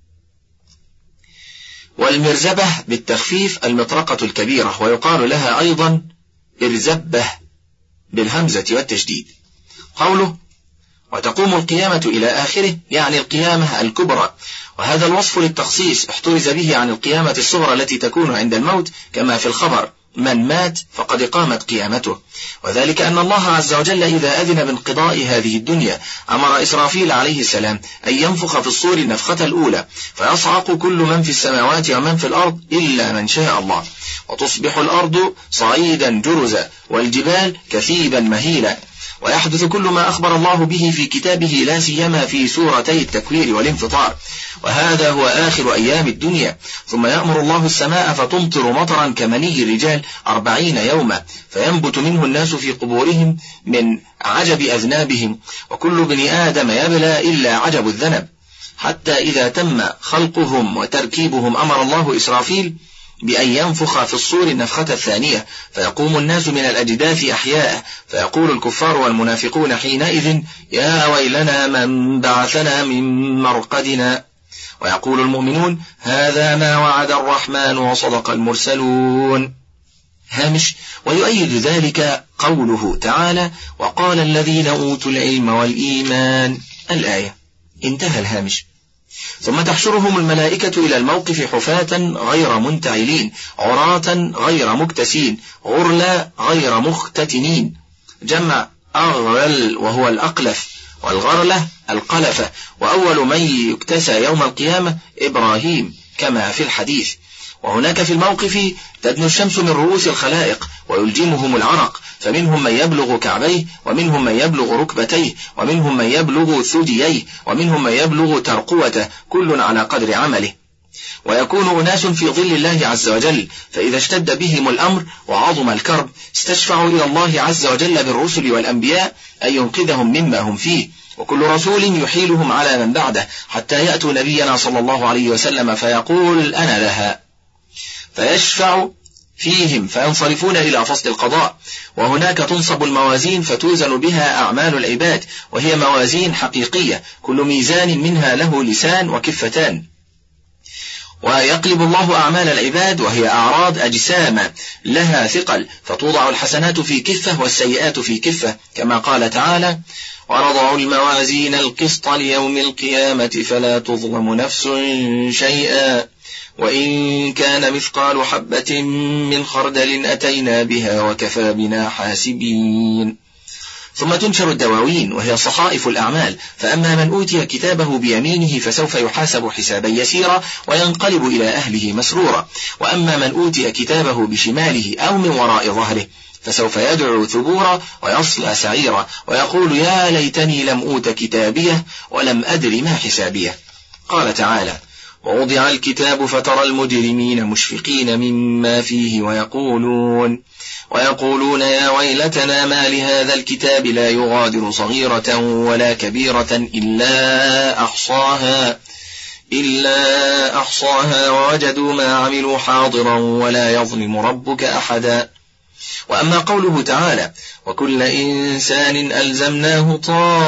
والمرزبة بالتخفيف المطرقة الكبيرة، ويقال لها أيضا إرزبة بالهمزة والتشديد. قوله وتقوم القيامة إلى آخره يعني القيامة الكبرى، وهذا الوصف للتخصيص احترز به عن القيامة الصغرى التي تكون عند الموت، كما في الخبر من مات فقد قامت قيامته. وذلك أن الله عز وجل إذا أذن بانقضاء هذه الدنيا أمر إسرافيل عليه السلام أن ينفخ في الصور النفخة الأولى، فيصعق كل من في السماوات ومن في الأرض إلا من شاء الله، وتصبح الأرض صعيدا جرزا والجبال كثيبا مهيلا. ويحدث كل ما أخبر الله به في كتابه لا سيما في سورتي التكوير والانفطار، وهذا هو آخر أيام الدنيا. ثم يأمر الله السماء فتمطر مطرا كمني الرجال 40 يوما، فينبت منه الناس في قبورهم من عجب أذنابهم، وكل ابن آدم يبلى إلا عجب الذنب، حتى إذا تم خلقهم وتركيبهم أمر الله إسرافيل بأن ينفخ في الصور النفخة الثانية، فيقوم الناس من الأجداث أحياء، فيقول الكفار والمنافقون حينئذ يا ويلنا من بعثنا من مرقدنا، ويقول المؤمنون هذا ما وعد الرحمن وصدق المرسلون. هامش: ويؤيد ذلك قوله تعالى وقال الذين أوتوا العلم والإيمان، الآية. انتهى الهامش. ثم تحشرهم الملائكة إلى الموقف حفاة غير منتعلين، عراة غير مكتسين، غرلا غير مختتنين، جمع أغرل وهو الأقلف، والغرلة القلفة، وأول من يكتسى يوم القيامة إبراهيم كما في الحديث. وهناك في الموقف تدنو الشمس من رؤوس الخلائق ويلجمهم العرق، فمنهم من يبلغ كعبيه، ومنهم من يبلغ ركبتيه، ومنهم من يبلغ ثدييه، ومنهم من يبلغ ترقوته، كل على قدر عمله. ويكون أناس في ظل الله عز وجل، فإذا اشتد بهم الأمر وعظم الكرب استشفعوا إلى الله عز وجل بالرسل والأنبياء أن ينقذهم مما هم فيه، وكل رسول يحيلهم على من بعده حتى يأتوا نبينا صلى الله عليه وسلم فيقول أنا لها، فيشفع فيهم فينصرفون إلى فصل القضاء. وهناك تنصب الموازين فتوزن بها أعمال العباد، وهي موازين حقيقية، كل ميزان منها له لسان وكفتان. ويقلب الله أعمال العباد وهي أعراض أجسام لها ثقل، فتوضع الحسنات في كفة والسيئات في كفة، كما قال تعالى ونضع الموازين القسط ليوم القيامة فلا تظلم نفس شيئا وإن كان مثقال حبة من خردل أتينا بها وكفى بنا حاسبين. ثم تنشر الدواوين وهي صحائف الأعمال، فأما من أوتي كتابه بيمينه فسوف يحاسب حسابا يسيرا وينقلب إلى أهله مسرورا، وأما من أوتي كتابه بشماله أو من وراء ظهره فسوف يدعو ثبورا ويصلى سعيرا ويقول يا ليتني لم أوت كتابيه ولم أدر ما حسابيه. قال تعالى ووضع الكتاب فترى المجرمين مشفقين مما فيه ويقولون يا ويلتنا ما لهذا الكتاب لا يغادر صغيرة ولا كبيرة إلا أحصاها ووجدوا ما عملوا حاضرا ولا يظلم ربك أحدا. وأما قوله تعالى وكل إنسان ألزمناه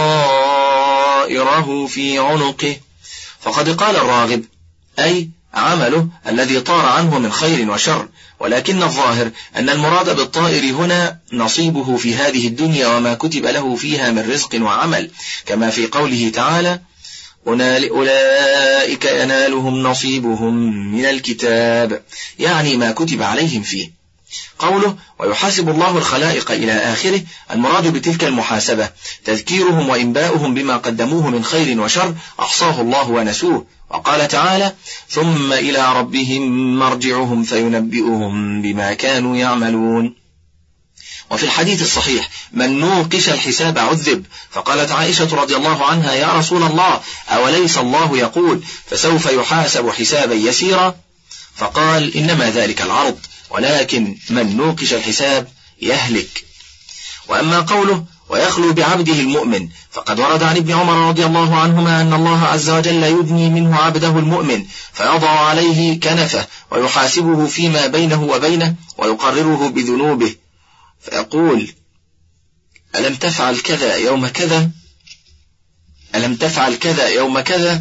طائره في عنقه، فقد قال الراغب أي عمله الذي طار عنه من خير وشر، ولكن الظاهر أن المراد بالطائر هنا نصيبه في هذه الدنيا وما كتب له فيها من رزق وعمل، كما في قوله تعالى أولئك ينالهم نصيبهم من الكتاب، يعني ما كتب عليهم فيه. قوله ويحاسب الله الخلائق إلى آخره، المراد بتلك المحاسبة تذكيرهم وإنباؤهم بما قدموه من خير وشر أحصاه الله ونسوه. وقال تعالى ثم إلى ربهم مرجعهم فينبئهم بما كانوا يعملون. وفي الحديث الصحيح من نوقش الحساب عذب، فقالت عائشة رضي الله عنها يا رسول الله أوليس الله يقول فسوف يحاسب حسابا يسيرا؟ فقال إنما ذلك العرض، ولكن من نوقش الحساب يهلك. وأما قوله ويخلو بعبده المؤمن، فقد ورد عن ابن عمر رضي الله عنهما أن الله عز وجل يدني منه عبده المؤمن فيضع عليه كنفه ويحاسبه فيما بينه وبينه ويقرره بذنوبه، فيقول ألم تفعل كذا يوم كذا، ألم تفعل كذا يوم كذا،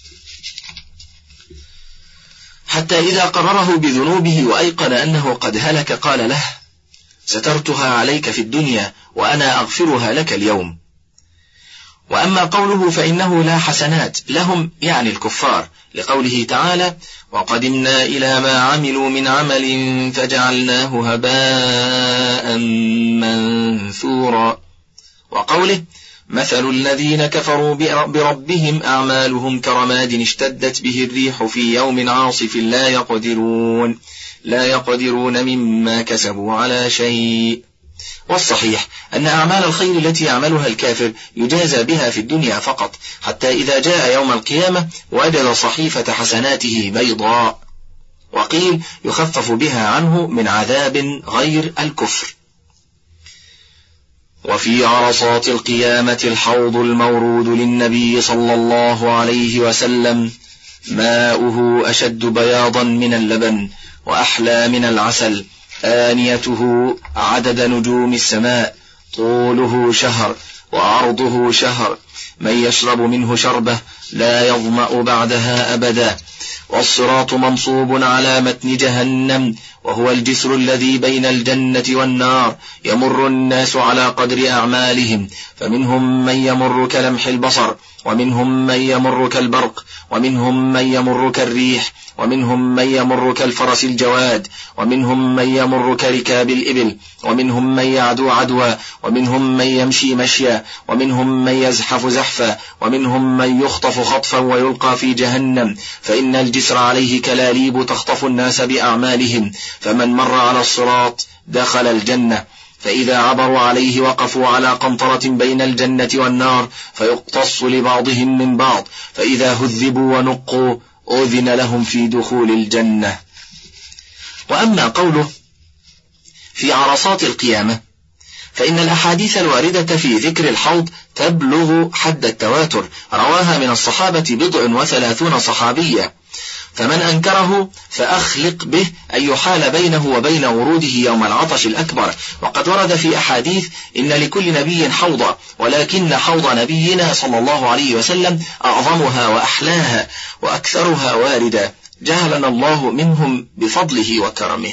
حتى إذا قرره بذنوبه وأيقن أنه قد هلك قال له سترتها عليك في الدنيا وأنا أغفرها لك اليوم. وأما قوله فإنه لا حسنات لهم يعني الكفار، لقوله تعالى وقدمنا إلى ما عملوا من عمل فجعلناه هباء منثورا. وقوله مثل الذين كفروا بربهم أعمالهم كرماد اشتدت به الريح في يوم عاصف لا يقدرون مما كسبوا على شيء. والصحيح أن أعمال الخير التي يعملها الكافر يجازى بها في الدنيا فقط، حتى إذا جاء يوم القيامة وجد صحيفة حسناته بيضاء، وقيل يخفف بها عنه من عذاب غير الكفر. وفي عرصات القيامة الحوض المورود للنبي صلى الله عليه وسلم، ماؤه أشد بياضا من اللبن وأحلى من العسل، آنيته عدد نجوم السماء، طوله شهر وعرضه شهر، من يشرب منه شربة لا يظمأ بعدها أبدا. والصراط منصوب على متن جهنم، وهو الجسر الذي بين الجنة والنار، يمر الناس على قدر أعمالهم، فمنهم من يمر كلمح البصر، ومنهم من يمر كالبرق، ومنهم من يمر كالريح، ومنهم من يمر كالفرس الجواد، ومنهم من يمر كركاب الإبل، ومنهم من يعدو عدوا، ومنهم من يمشي مشيا، ومنهم من يزحف زحفا، ومنهم من يخطف خطفا ويلقى في جهنم، فإن الجسر عليه كلاليب تخطف الناس بأعمالهم، فمن مر على الصراط دخل الجنة، فإذا عبروا عليه وقفوا على قنطرة بين الجنة والنار، فيقتص لبعضهم من بعض، فإذا هذبوا ونقوا أذن لهم في دخول الجنة. وأما قوله في عرصات القيامة، فإن الأحاديث الواردة في ذكر الحوض تبلغ حد التواتر، رواها من الصحابة 37 صحابية، فمن أنكره فأخلق به أن يحال بينه وبين وروده يوم العطش الأكبر. وقد ورد في أحاديث إن لكل نبي حوضا، ولكن حوض نبينا صلى الله عليه وسلم أعظمها وأحلاها وأكثرها واردا، جعلنا الله منهم بفضله وكرمه.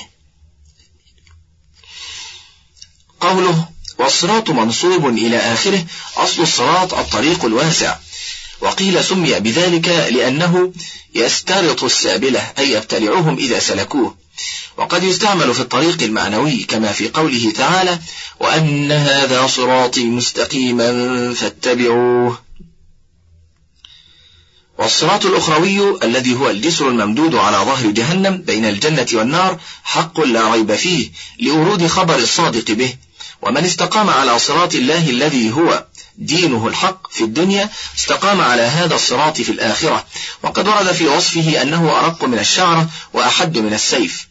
قوله والصراط منصوب إلى آخره، أصل الصراط الطريق الواسع، وقيل سمي بذلك لأنه يسترط السابلة، أي يبتلعهم إذا سلكوه. وقد يستعمل في الطريق المعنوي كما في قوله تعالى وأن هذا صراطي مستقيما فاتبعوه. والصراط الأخروي الذي هو الجسر الممدود على ظهر جهنم بين الجنة والنار حق لا ريب فيه، لورود خبر الصادق به. ومن استقام على صراط الله الذي هو دينه الحق في الدنيا استقام على هذا الصراط في الآخرة. وقد ورد في وصفه أنه أرق من الشعرة وأحد من السيف.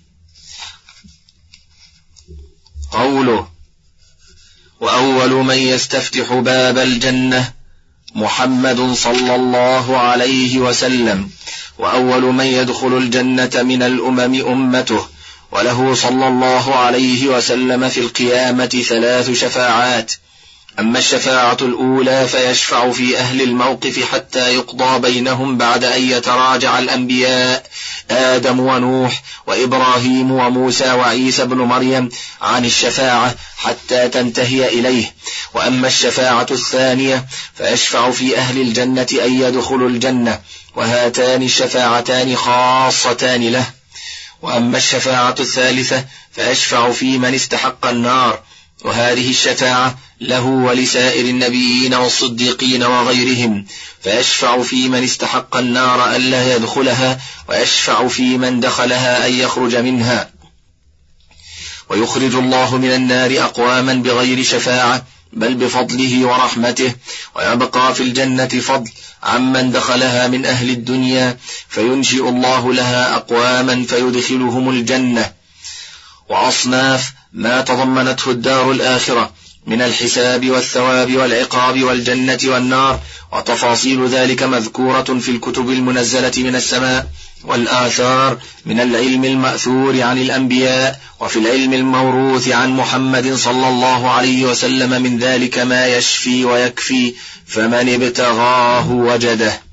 قوله وأول من يستفتح باب الجنة محمد صلى الله عليه وسلم، وأول من يدخل الجنة من الأمم أمته، وله صلى الله عليه وسلم في القيامة 3 شفاعات. أما الشفاعة الأولى فيشفع في أهل الموقف حتى يقضى بينهم بعد أن يتراجع الأنبياء آدم ونوح وإبراهيم وموسى وعيسى بن مريم عن الشفاعة حتى تنتهي إليه. وأما الشفاعة الثانية فيشفع في أهل الجنة أن يدخلوا الجنة، وهاتان الشفاعتان خاصتان له. وأما الشفاعة الثالثة فيشفع في من استحق النار، وهذه الشفاعة له ولسائر النبيين والصديقين وغيرهم، فيشفع في من استحق النار ألا يدخلها، ويشفع في من دخلها أن يخرج منها. ويخرج الله من النار أقواما بغير شفاعة بل بفضله ورحمته، ويبقى في الجنة فضل عمن دخلها من أهل الدنيا، فينشئ الله لها أقواما فيدخلهم الجنة. وأصناف ما تضمنته الدار الآخرة من الحساب والثواب والعقاب والجنة والنار، وتفاصيل ذلك مذكورة في الكتب المنزلة من السماء والآثار من العلم المأثور عن الأنبياء، وفي العلم الموروث عن محمد صلى الله عليه وسلم من ذلك ما يشفي ويكفي، فمن ابتغاه وجده.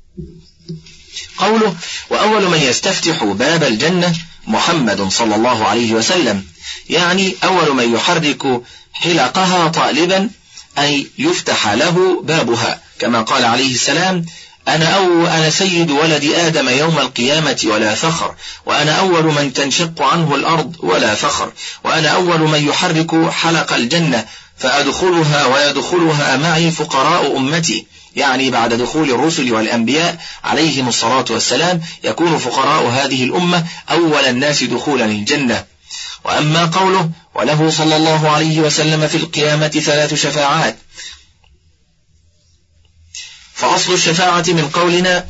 قوله وأول من يستفتح باب الجنة محمد صلى الله عليه وسلم، يعني أول من يحرك حلقها طالبا أن يفتح له بابها، كما قال عليه السلام أنا سيد ولد آدم يوم القيامة ولا فخر، وأنا أول من تنشق عنه الأرض ولا فخر، وأنا أول من يحرك حلق الجنة فأدخلها ويدخلها معي فقراء أمتي، يعني بعد دخول الرسل والأنبياء عليهم الصلاة والسلام يكون فقراء هذه الأمة أول الناس دخولا الجنة. وأما قوله وله صلى الله عليه وسلم في القيامة 3 شفاعات. فأصل الشفاعة من قولنا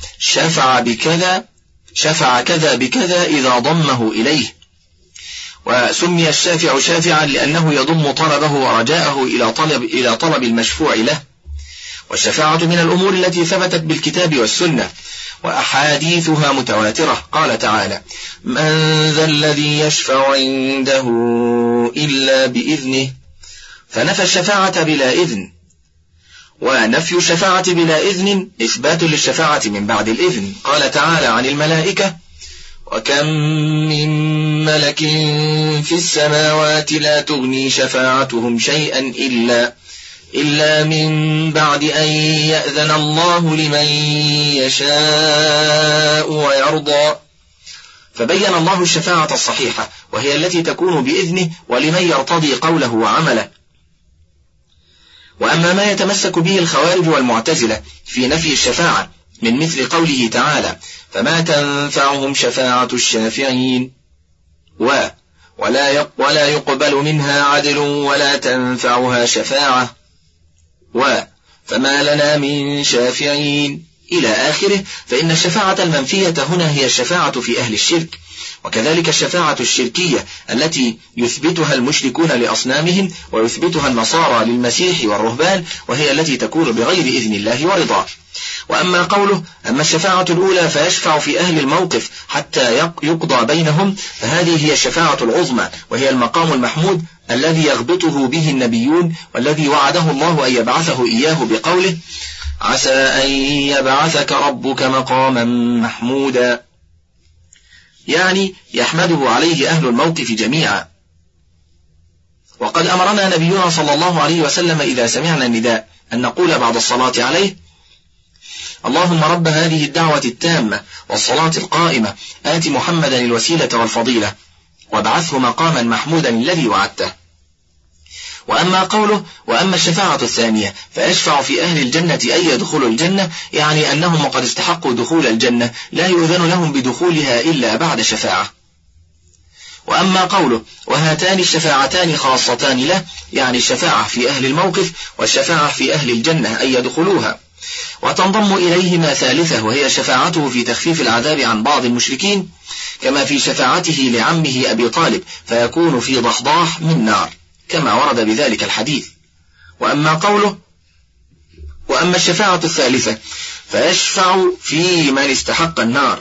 شفع كذا بكذا إذا ضمه إليه. وسمي الشافع شافعا لأنه يضم طلبه ورجاءه إلى طلب المشفوع له. والشفاعة من الأمور التي ثبتت بالكتاب والسنة وأحاديثها متواترة. قال تعالى: من ذا الذي يشفع عنده إلا بإذنه، فنفى الشفاعة بلا إذن. ونفي الشفاعة بلا إذن إثبات للشفاعة من بعد الإذن. قال تعالى عن الملائكة: وكم من ملك في السماوات لا تغني شفاعتهم شيئا إلا من بعد أن يأذن الله لمن يشاء ويرضى. فبين الله الشفاعة الصحيحة وهي التي تكون بإذنه ولمن يرتضي قوله وعمله. وأما ما يتمسك به الخوارج والمعتزلة في نفي الشفاعة من مثل قوله تعالى: فما تنفعهم شفاعة الشافعين، ولا يقبل منها عدل ولا تنفعها شفاعة، فما لنا من شافعين إلى آخره، فإن الشفاعة المنفية هنا هي الشفاعة في أهل الشرك. وكذلك الشفاعة الشركية التي يثبتها المشركون لأصنامهم ويثبتها النصارى للمسيح والرهبان، وهي التي تكون بغير إذن الله ورضاه. وأما قوله: أما الشفاعة الأولى فيشفع في أهل الموقف حتى يقضى بينهم، فهذه هي الشفاعة العظمى، وهي المقام المحمود الذي يغبطه به النبيون، والذي وعده الله أن يبعثه إياه بقوله: عسى أن يبعثك ربك مقاما محمودا، يعني يحمده عليه أهل الموقف جميعا. وقد أمرنا نبينا صلى الله عليه وسلم إذا سمعنا النداء أن نقول بعد الصلاة عليه: اللهم رب هذه الدعوة التامة والصلاة القائمة آت محمدا الوسيلة والفضيلة وابعثه مقاما محمودا الذي وعدته. وأما قوله: وأما الشفاعة الثانية فيشفع في أهل الجنة أن يدخلوا الجنة، يعني أنهم قد استحقوا دخول الجنة لا يؤذن لهم بدخولها إلا بعد شفاعة. وأما قوله: وهاتان الشفاعتان خاصتان له، يعني الشفاعة في أهل الموقف والشفاعة في أهل الجنة أن يدخلوها. وتنضم إليهما ثالثة وهي شفاعته في تخفيف العذاب عن بعض المشركين، كما في شفاعته لعمه أبي طالب فيكون في ضحضاح من نار، كما ورد بذلك الحديث. وأما قوله: وأما الشفاعة الثالثة فيشفع في من استحق النار،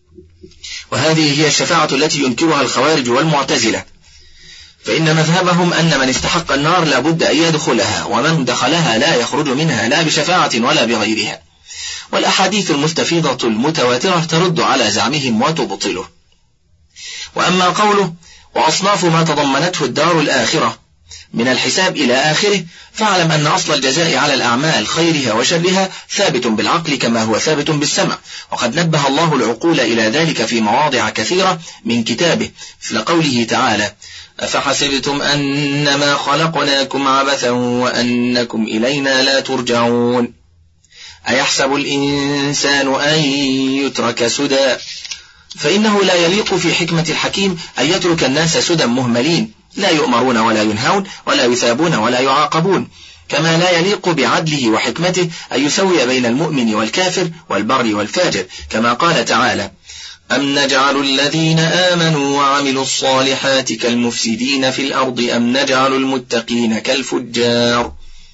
وهذه هي الشفاعة التي ينكرها الخوارج والمعتزلة، فإن مذهبهم أن من استحق النار لا بد أن يدخلها، ومن دخلها لا يخرج منها لا بشفاعة ولا بغيرها. والأحاديث المستفيضة المتواترة ترد على زعمهم وتبطله. وأما قوله: وأصناف ما تضمنته الدار الآخرة من الحساب إلى آخره، فاعلم أن أصل الجزاء على الأعمال خيرها وشرها ثابت بالعقل كما هو ثابت بالسمع، وقد نبه الله العقول إلى ذلك في مواضع كثيرة من كتابه، مثل قوله تعالى: أفحسبتم أنما خلقناكم عبثا وأنكم إلينا لا ترجعون، أيحسب الإنسان أن يترك سدى، فإنه لا يليق في حكمة الحكيم أن يترك الناس سدى مهملين لا يؤمرون ولا ينهون ولا يثابون ولا يعاقبون، كما لا يليق بعدله وحكمته أن يسوي بين المؤمن والكافر والبر والفاجر، كما قال تعالى: أم نجعل الذين آمنوا وعملوا الصالحات كالمفسدين في الأرض أم نجعل المتقين كالفجار.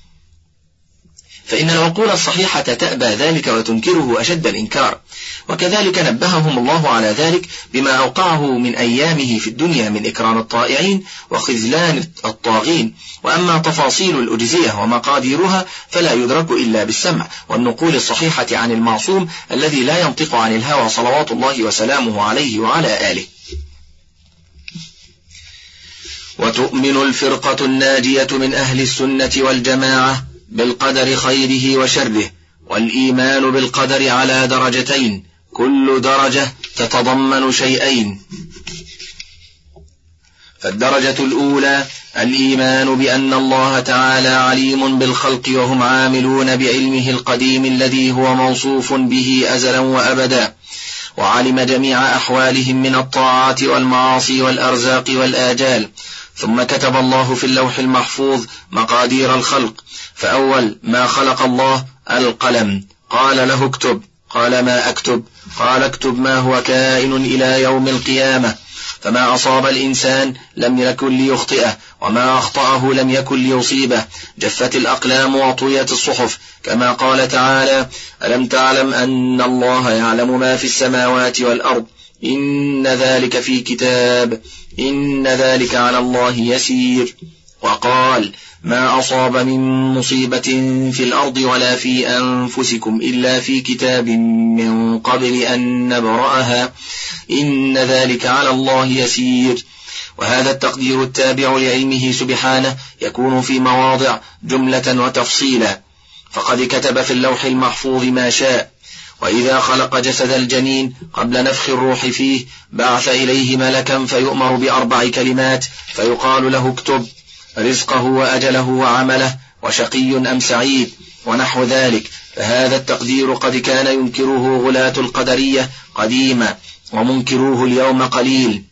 فإن العقول الصحيحة تأبى ذلك وتنكره أشد الإنكار. وكذلك نبههم الله على ذلك بما أوقعه من أيامه في الدنيا من إكرام الطائعين وخذلان الطاغين. وأما تفاصيل الأجزية ومقاديرها فلا يدرك إلا بالسمع والنقول الصحيحة عن المعصوم الذي لا ينطق عن الهوى صلوات الله وسلامه عليه وعلى آله. وتؤمن الفرقة الناجية من أهل السنة والجماعة بالقدر خيره وشره، والإيمان بالقدر على درجتين، كل درجة تتضمن شيئين. فالدرجة الأولى الإيمان بأن الله تعالى عليم بالخلق وهم عاملون بعلمه القديم الذي هو موصوف به أزلا وأبدا، وعلم جميع أحوالهم من الطاعات والمعاصي والأرزاق والآجال، ثم كتب الله في اللوح المحفوظ مقادير الخلق. فأول ما خلق الله القلم، قال له اكتب، قال ما أكتب؟ قال اكتب ما هو كائن إلى يوم القيامة. فما أصاب الإنسان لم يكن ليخطئه، وما أخطأه لم يكن ليصيبه. جفت الأقلام وطويت الصحف، كما قال تعالى: ألم تعلم أن الله يعلم ما في السماوات والأرض، إن ذلك في كتاب، إن ذلك على الله يسير. وقال: ما أصاب من مصيبة في الأرض ولا في أنفسكم إلا في كتاب من قبل أن نبرأها، إن ذلك على الله يسير. وهذا التقدير التابع لعلمه سبحانه يكون في مواضع جملة وتفصيلا، فقد كتب في اللوح المحفوظ ما شاء. وإذا خلق جسد الجنين قبل نفخ الروح فيه بعث إليه ملكا فيؤمر ب4 كلمات، فيقال له اكتب رزقه وأجله وعمله وشقي أم سعيد ونحو ذلك. فهذا التقدير قد كان ينكره غلاة القدرية قديما، ومنكروه اليوم قليل.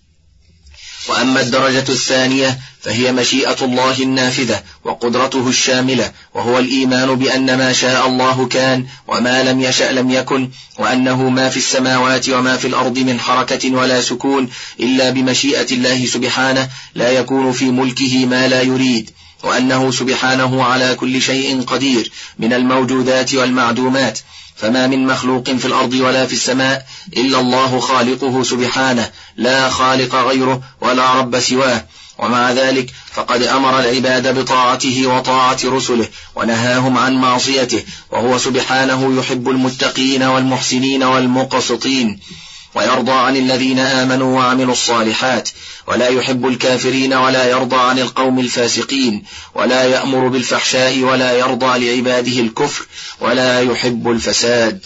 وأما الدرجة الثانية فهي مشيئة الله النافذة وقدرته الشاملة، وهو الإيمان بأن ما شاء الله كان، وما لم يشأ لم يكن، وأنه ما في السماوات وما في الأرض من حركة ولا سكون إلا بمشيئة الله سبحانه، لا يكون في ملكه ما لا يريد، وأنه سبحانه على كل شيء قدير من الموجودات والمعدومات. فما من مخلوق في الأرض ولا في السماء إلا الله خالقه سبحانه، لا خالق غيره ولا رب سواه. ومع ذلك فقد أمر العباد بطاعته وطاعة رسله، ونهاهم عن معصيته، وهو سبحانه يحب المتقين والمحسنين والمقسطين، ويرضى عن الذين آمنوا وعملوا الصالحات، ولا يحب الكافرين، ولا يرضى عن القوم الفاسقين، ولا يأمر بالفحشاء، ولا يرضى لعباده الكفر، ولا يحب الفساد.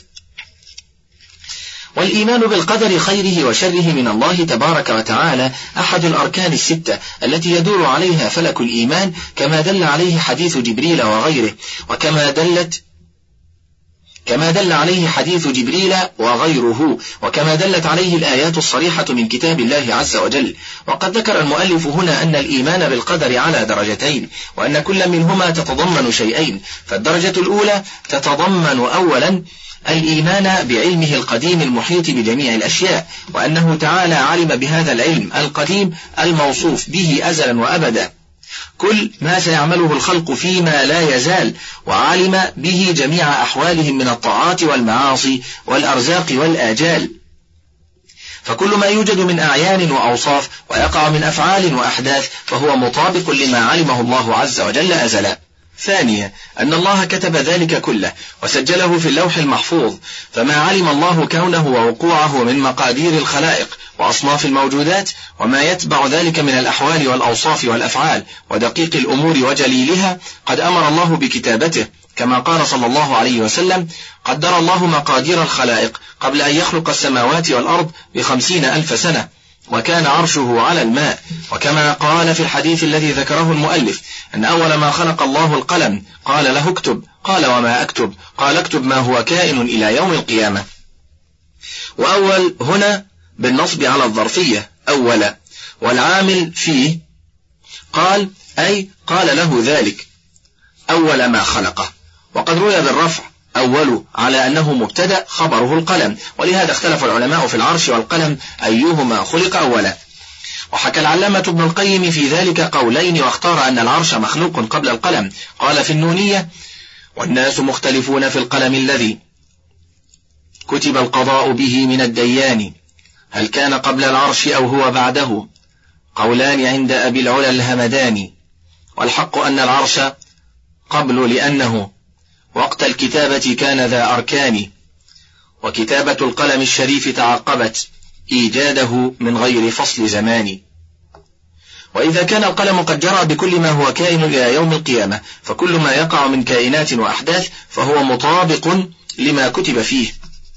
والإيمان بالقدر خيره وشره من الله تبارك وتعالى أحد الأركان الستة التي يدور عليها فلك الإيمان، كما دل عليه حديث جبريل وغيره، كما دل عليه حديث جبريل وغيره، وكما دلت عليه الآيات الصريحة من كتاب الله عز وجل. وقد ذكر المؤلف هنا أن الإيمان بالقدر على درجتين، وأن كل منهما تتضمن شيئين. فالدرجة الأولى تتضمن أولا الإيمان بعلمه القديم المحيط بجميع الأشياء، وأنه تعالى علم بهذا العلم القديم الموصوف به أزلا وأبدا كل ما سيعمله الخلق فيما لا يزال، وعلم به جميع أحوالهم من الطاعات والمعاصي والأرزاق والآجال. فكل ما يوجد من أعيان وأوصاف ويقع من أفعال وأحداث فهو مطابق لما علمه الله عز وجل أزلا. ثانيا أن الله كتب ذلك كله وسجله في اللوح المحفوظ، فما علم الله كونه ووقوعه من مقادير الخلائق وأصناف الموجودات، وما يتبع ذلك من الأحوال والأوصاف والأفعال ودقيق الأمور وجليلها، قد أمر الله بكتابته، كما قال صلى الله عليه وسلم: قدر الله مقادير الخلائق قبل أن يخلق السماوات والأرض ب50,000 سنة، وكان عرشه على الماء. وكما قال في الحديث الذي ذكره المؤلف أن أول ما خلق الله القلم، قال له اكتب، قال وما أكتب؟ قال اكتب ما هو كائن إلى يوم القيامة. وأول هنا بالنصب على الظرفية أول، والعامل فيه قال، أي قال له ذلك أول ما خلقه. وقد روي بالرفع أول على أنه مبتدأ خبره القلم، ولهذا اختلف العلماء في العرش والقلم أيهما خلق أولا. وحكى العلامة ابن القيم في ذلك قولين، واختار أن العرش مخلوق قبل القلم. قال في النونية: والناس مختلفون في القلم الذي كتب القضاء به من الديان، هل كان قبل العرش أو هو بعده؟ قولان عند أبي العلا الهمداني، والحق أن العرش قبل، لأنه وقت الكتابة كان ذا أركان، وكتابة القلم الشريف تعقبت إيجاده من غير فصل زمان. وإذا كان القلم قد جرى بكل ما هو كائن إلى يوم القيامة، فكل ما يقع من كائنات وأحداث فهو مطابق لما كتب فيه.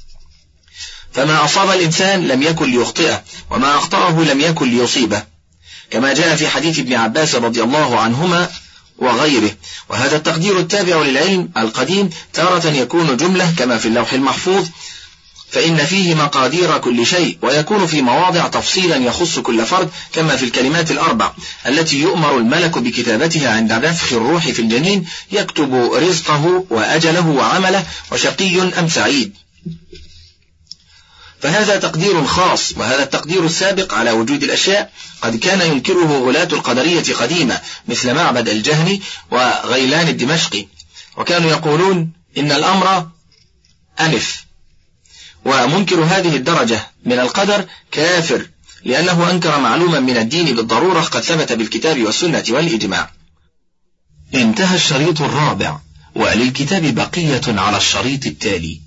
فما أصاب الإنسان لم يكن ليخطئه، وما أخطأه لم يكن ليصيبه، كما جاء في حديث ابن عباس رضي الله عنهما وغيره. وهذا التقدير التابع للعلم القديم تارة يكون جملة كما في اللوح المحفوظ، فإن فيه مقادير كل شيء، ويكون في مواضع تفصيلا يخص كل فرد، كما في الكلمات الأربع التي يؤمر الملك بكتابتها عند نفخ الروح في الجنين، يكتب رزقه وأجله وعمله وشقي أم سعيد. فهذا تقدير خاص، وهذا التقدير السابق على وجود الأشياء قد كان ينكره غلاة القدرية قديما مثل معبد الجهني وغيلان الدمشقي، وكانوا يقولون إن الأمر أنف. ومنكر هذه الدرجة من القدر كافر، لأنه أنكر معلوما من الدين بالضرورة قد ثبت بالكتاب والسنة والإجماع. انتهى الشريط الرابع، وللكتاب بقية على الشريط التالي.